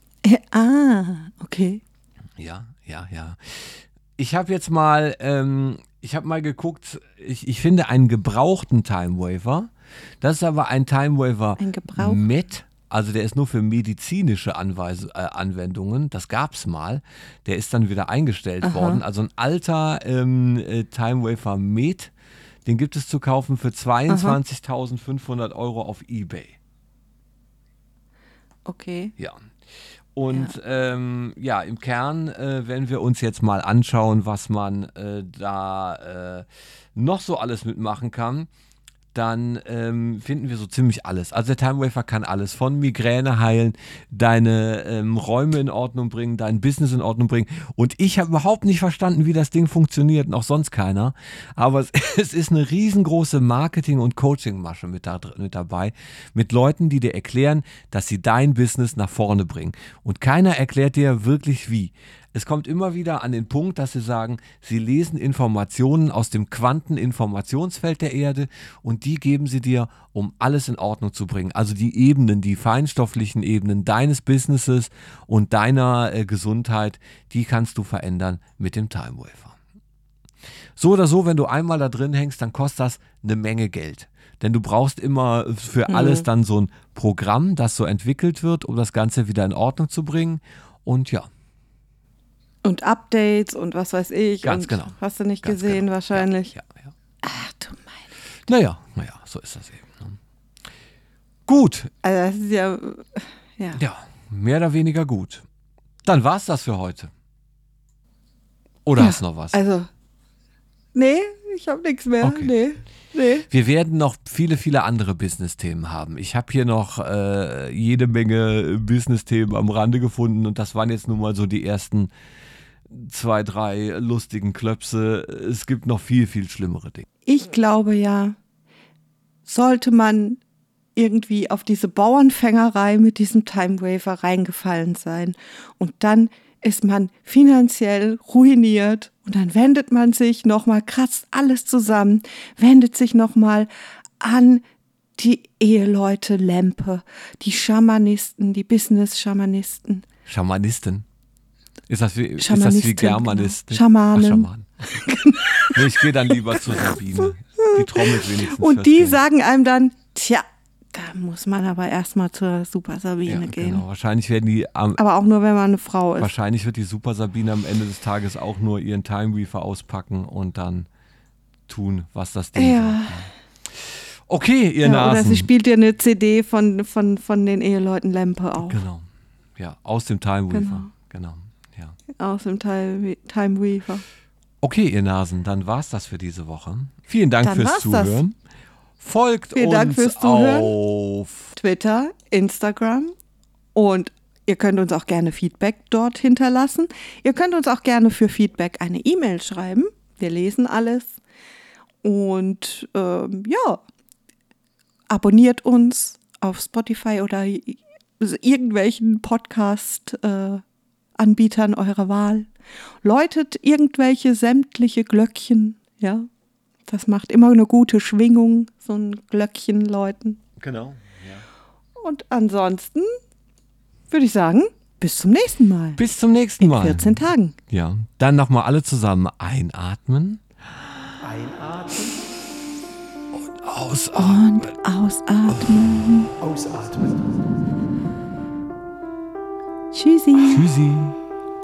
S9: Okay.
S10: Ja. Ich habe jetzt mal, geguckt, ich finde einen gebrauchten Time Wafer. Das ist aber ein Time Wafer mit, also der ist nur für medizinische Anwendungen. Das gab es mal. Der ist dann wieder eingestellt worden. Also ein alter Time Wafer mit, den gibt es zu kaufen für 22.500 € auf eBay.
S9: Okay.
S10: Ja. Und im Kern, wenn wir uns jetzt mal anschauen, was man da noch so alles mitmachen kann, dann finden wir so ziemlich alles. Also der Time Wafer kann alles, von Migräne heilen, deine Räume in Ordnung bringen, dein Business in Ordnung bringen. Und ich habe überhaupt nicht verstanden, wie das Ding funktioniert, und auch sonst keiner. Aber es ist eine riesengroße Marketing- und Coaching-Masche mit dabei, mit Leuten, die dir erklären, dass sie dein Business nach vorne bringen. Und keiner erklärt dir wirklich wie. Es kommt immer wieder an den Punkt, dass sie sagen, sie lesen Informationen aus dem Quanteninformationsfeld der Erde und die geben sie dir, um alles in Ordnung zu bringen. Also die Ebenen, die feinstofflichen Ebenen deines Businesses und deiner Gesundheit, die kannst du verändern mit dem Time Wafer. So oder so, wenn du einmal da drin hängst, dann kostet das eine Menge Geld. Denn du brauchst immer für alles dann so ein Programm, das so entwickelt wird, um das Ganze wieder in Ordnung zu bringen. Und ja.
S9: Und Updates und was weiß ich.
S10: Ganz
S9: und
S10: genau.
S9: Hast du nicht
S10: Ganz
S9: gesehen
S10: genau.
S9: wahrscheinlich.
S10: Ja.
S9: Ach du meine.
S10: Naja, so ist das eben. Ne? Gut.
S9: Also das ist ja.
S10: Ja, mehr oder weniger gut. Dann war's das für heute. Oder hast du noch was?
S9: Also, nee, ich habe nichts mehr.
S10: Okay.
S9: Nee.
S10: Wir werden noch viele, viele andere Business-Themen haben. Ich habe hier noch jede Menge Business-Themen am Rande gefunden und das waren jetzt nun mal so die ersten 2, 3 lustigen Klöpse. Es gibt noch viel, viel schlimmere Dinge.
S9: Ich glaube ja, sollte man irgendwie auf diese Bauernfängerei mit diesem Time Wafer reingefallen sein und dann ist man finanziell ruiniert und dann wendet man sich nochmal, kratzt alles zusammen, wendet sich nochmal an die Eheleute Lempe, die Schamanisten, die Business-Schamanisten.
S10: Schamanisten? Ist das wie
S9: Schamanistin,
S10: Germanisten?
S9: Genau. Schamanen.
S10: Ach, Schamanen. Nee, ich gehe dann lieber zu Sabine. Die trommelt wenigstens.
S9: Und die
S10: fürs Geld.
S9: sagen einem dann, tja, da muss man aber erstmal zur Super Sabine gehen.
S10: Genau. Wahrscheinlich werden die
S9: Aber auch nur, wenn man eine Frau ist.
S10: Wahrscheinlich wird die Super Sabine am Ende des Tages auch nur ihren Time Reefer auspacken und dann tun, was das Ding sagt. Okay, ihr
S9: Ja, oder
S10: Nasen.
S9: sie spielt dir eine CD von den Eheleuten Lempe auf.
S10: Genau. Ja, aus dem Time Reefer. Genau. Ja.
S9: Aus dem Time Reaver.
S10: Okay, ihr Nasen, dann war's das für diese Woche. Vielen Dank
S9: Dann
S10: fürs
S9: war's das.
S10: Zuhören. Folgt
S9: Vielen
S10: uns
S9: Dank fürs Zuhören.
S10: auf
S9: Twitter, Instagram und ihr könnt uns auch gerne Feedback dort hinterlassen. Ihr könnt uns auch gerne für Feedback eine E-Mail schreiben. Wir lesen alles. Und abonniert uns auf Spotify oder irgendwelchen Podcast-Anbietern eurer Wahl. Läutet irgendwelche sämtliche Glöckchen, ja. Das macht immer eine gute Schwingung, so ein Glöckchen läuten.
S10: Genau. Ja.
S9: Und ansonsten würde ich sagen, bis zum nächsten Mal.
S10: Bis zum nächsten Mal.
S9: 14 Tagen.
S10: Ja. Dann nochmal alle zusammen einatmen. Und ausatmen.
S9: Und ausatmen. Tschüssi.
S10: Tschüssi.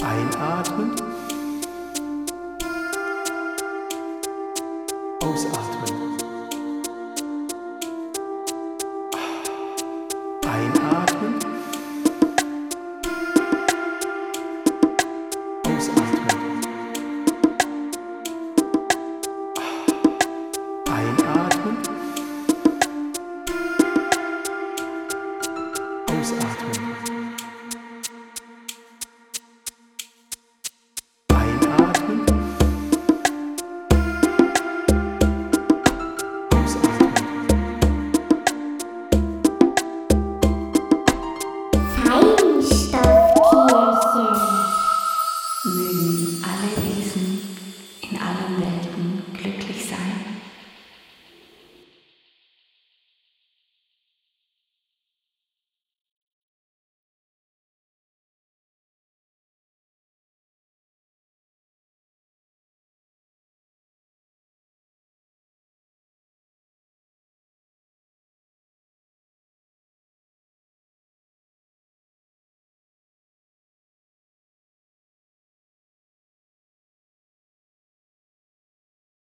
S3: Einatmen. Ausatmen.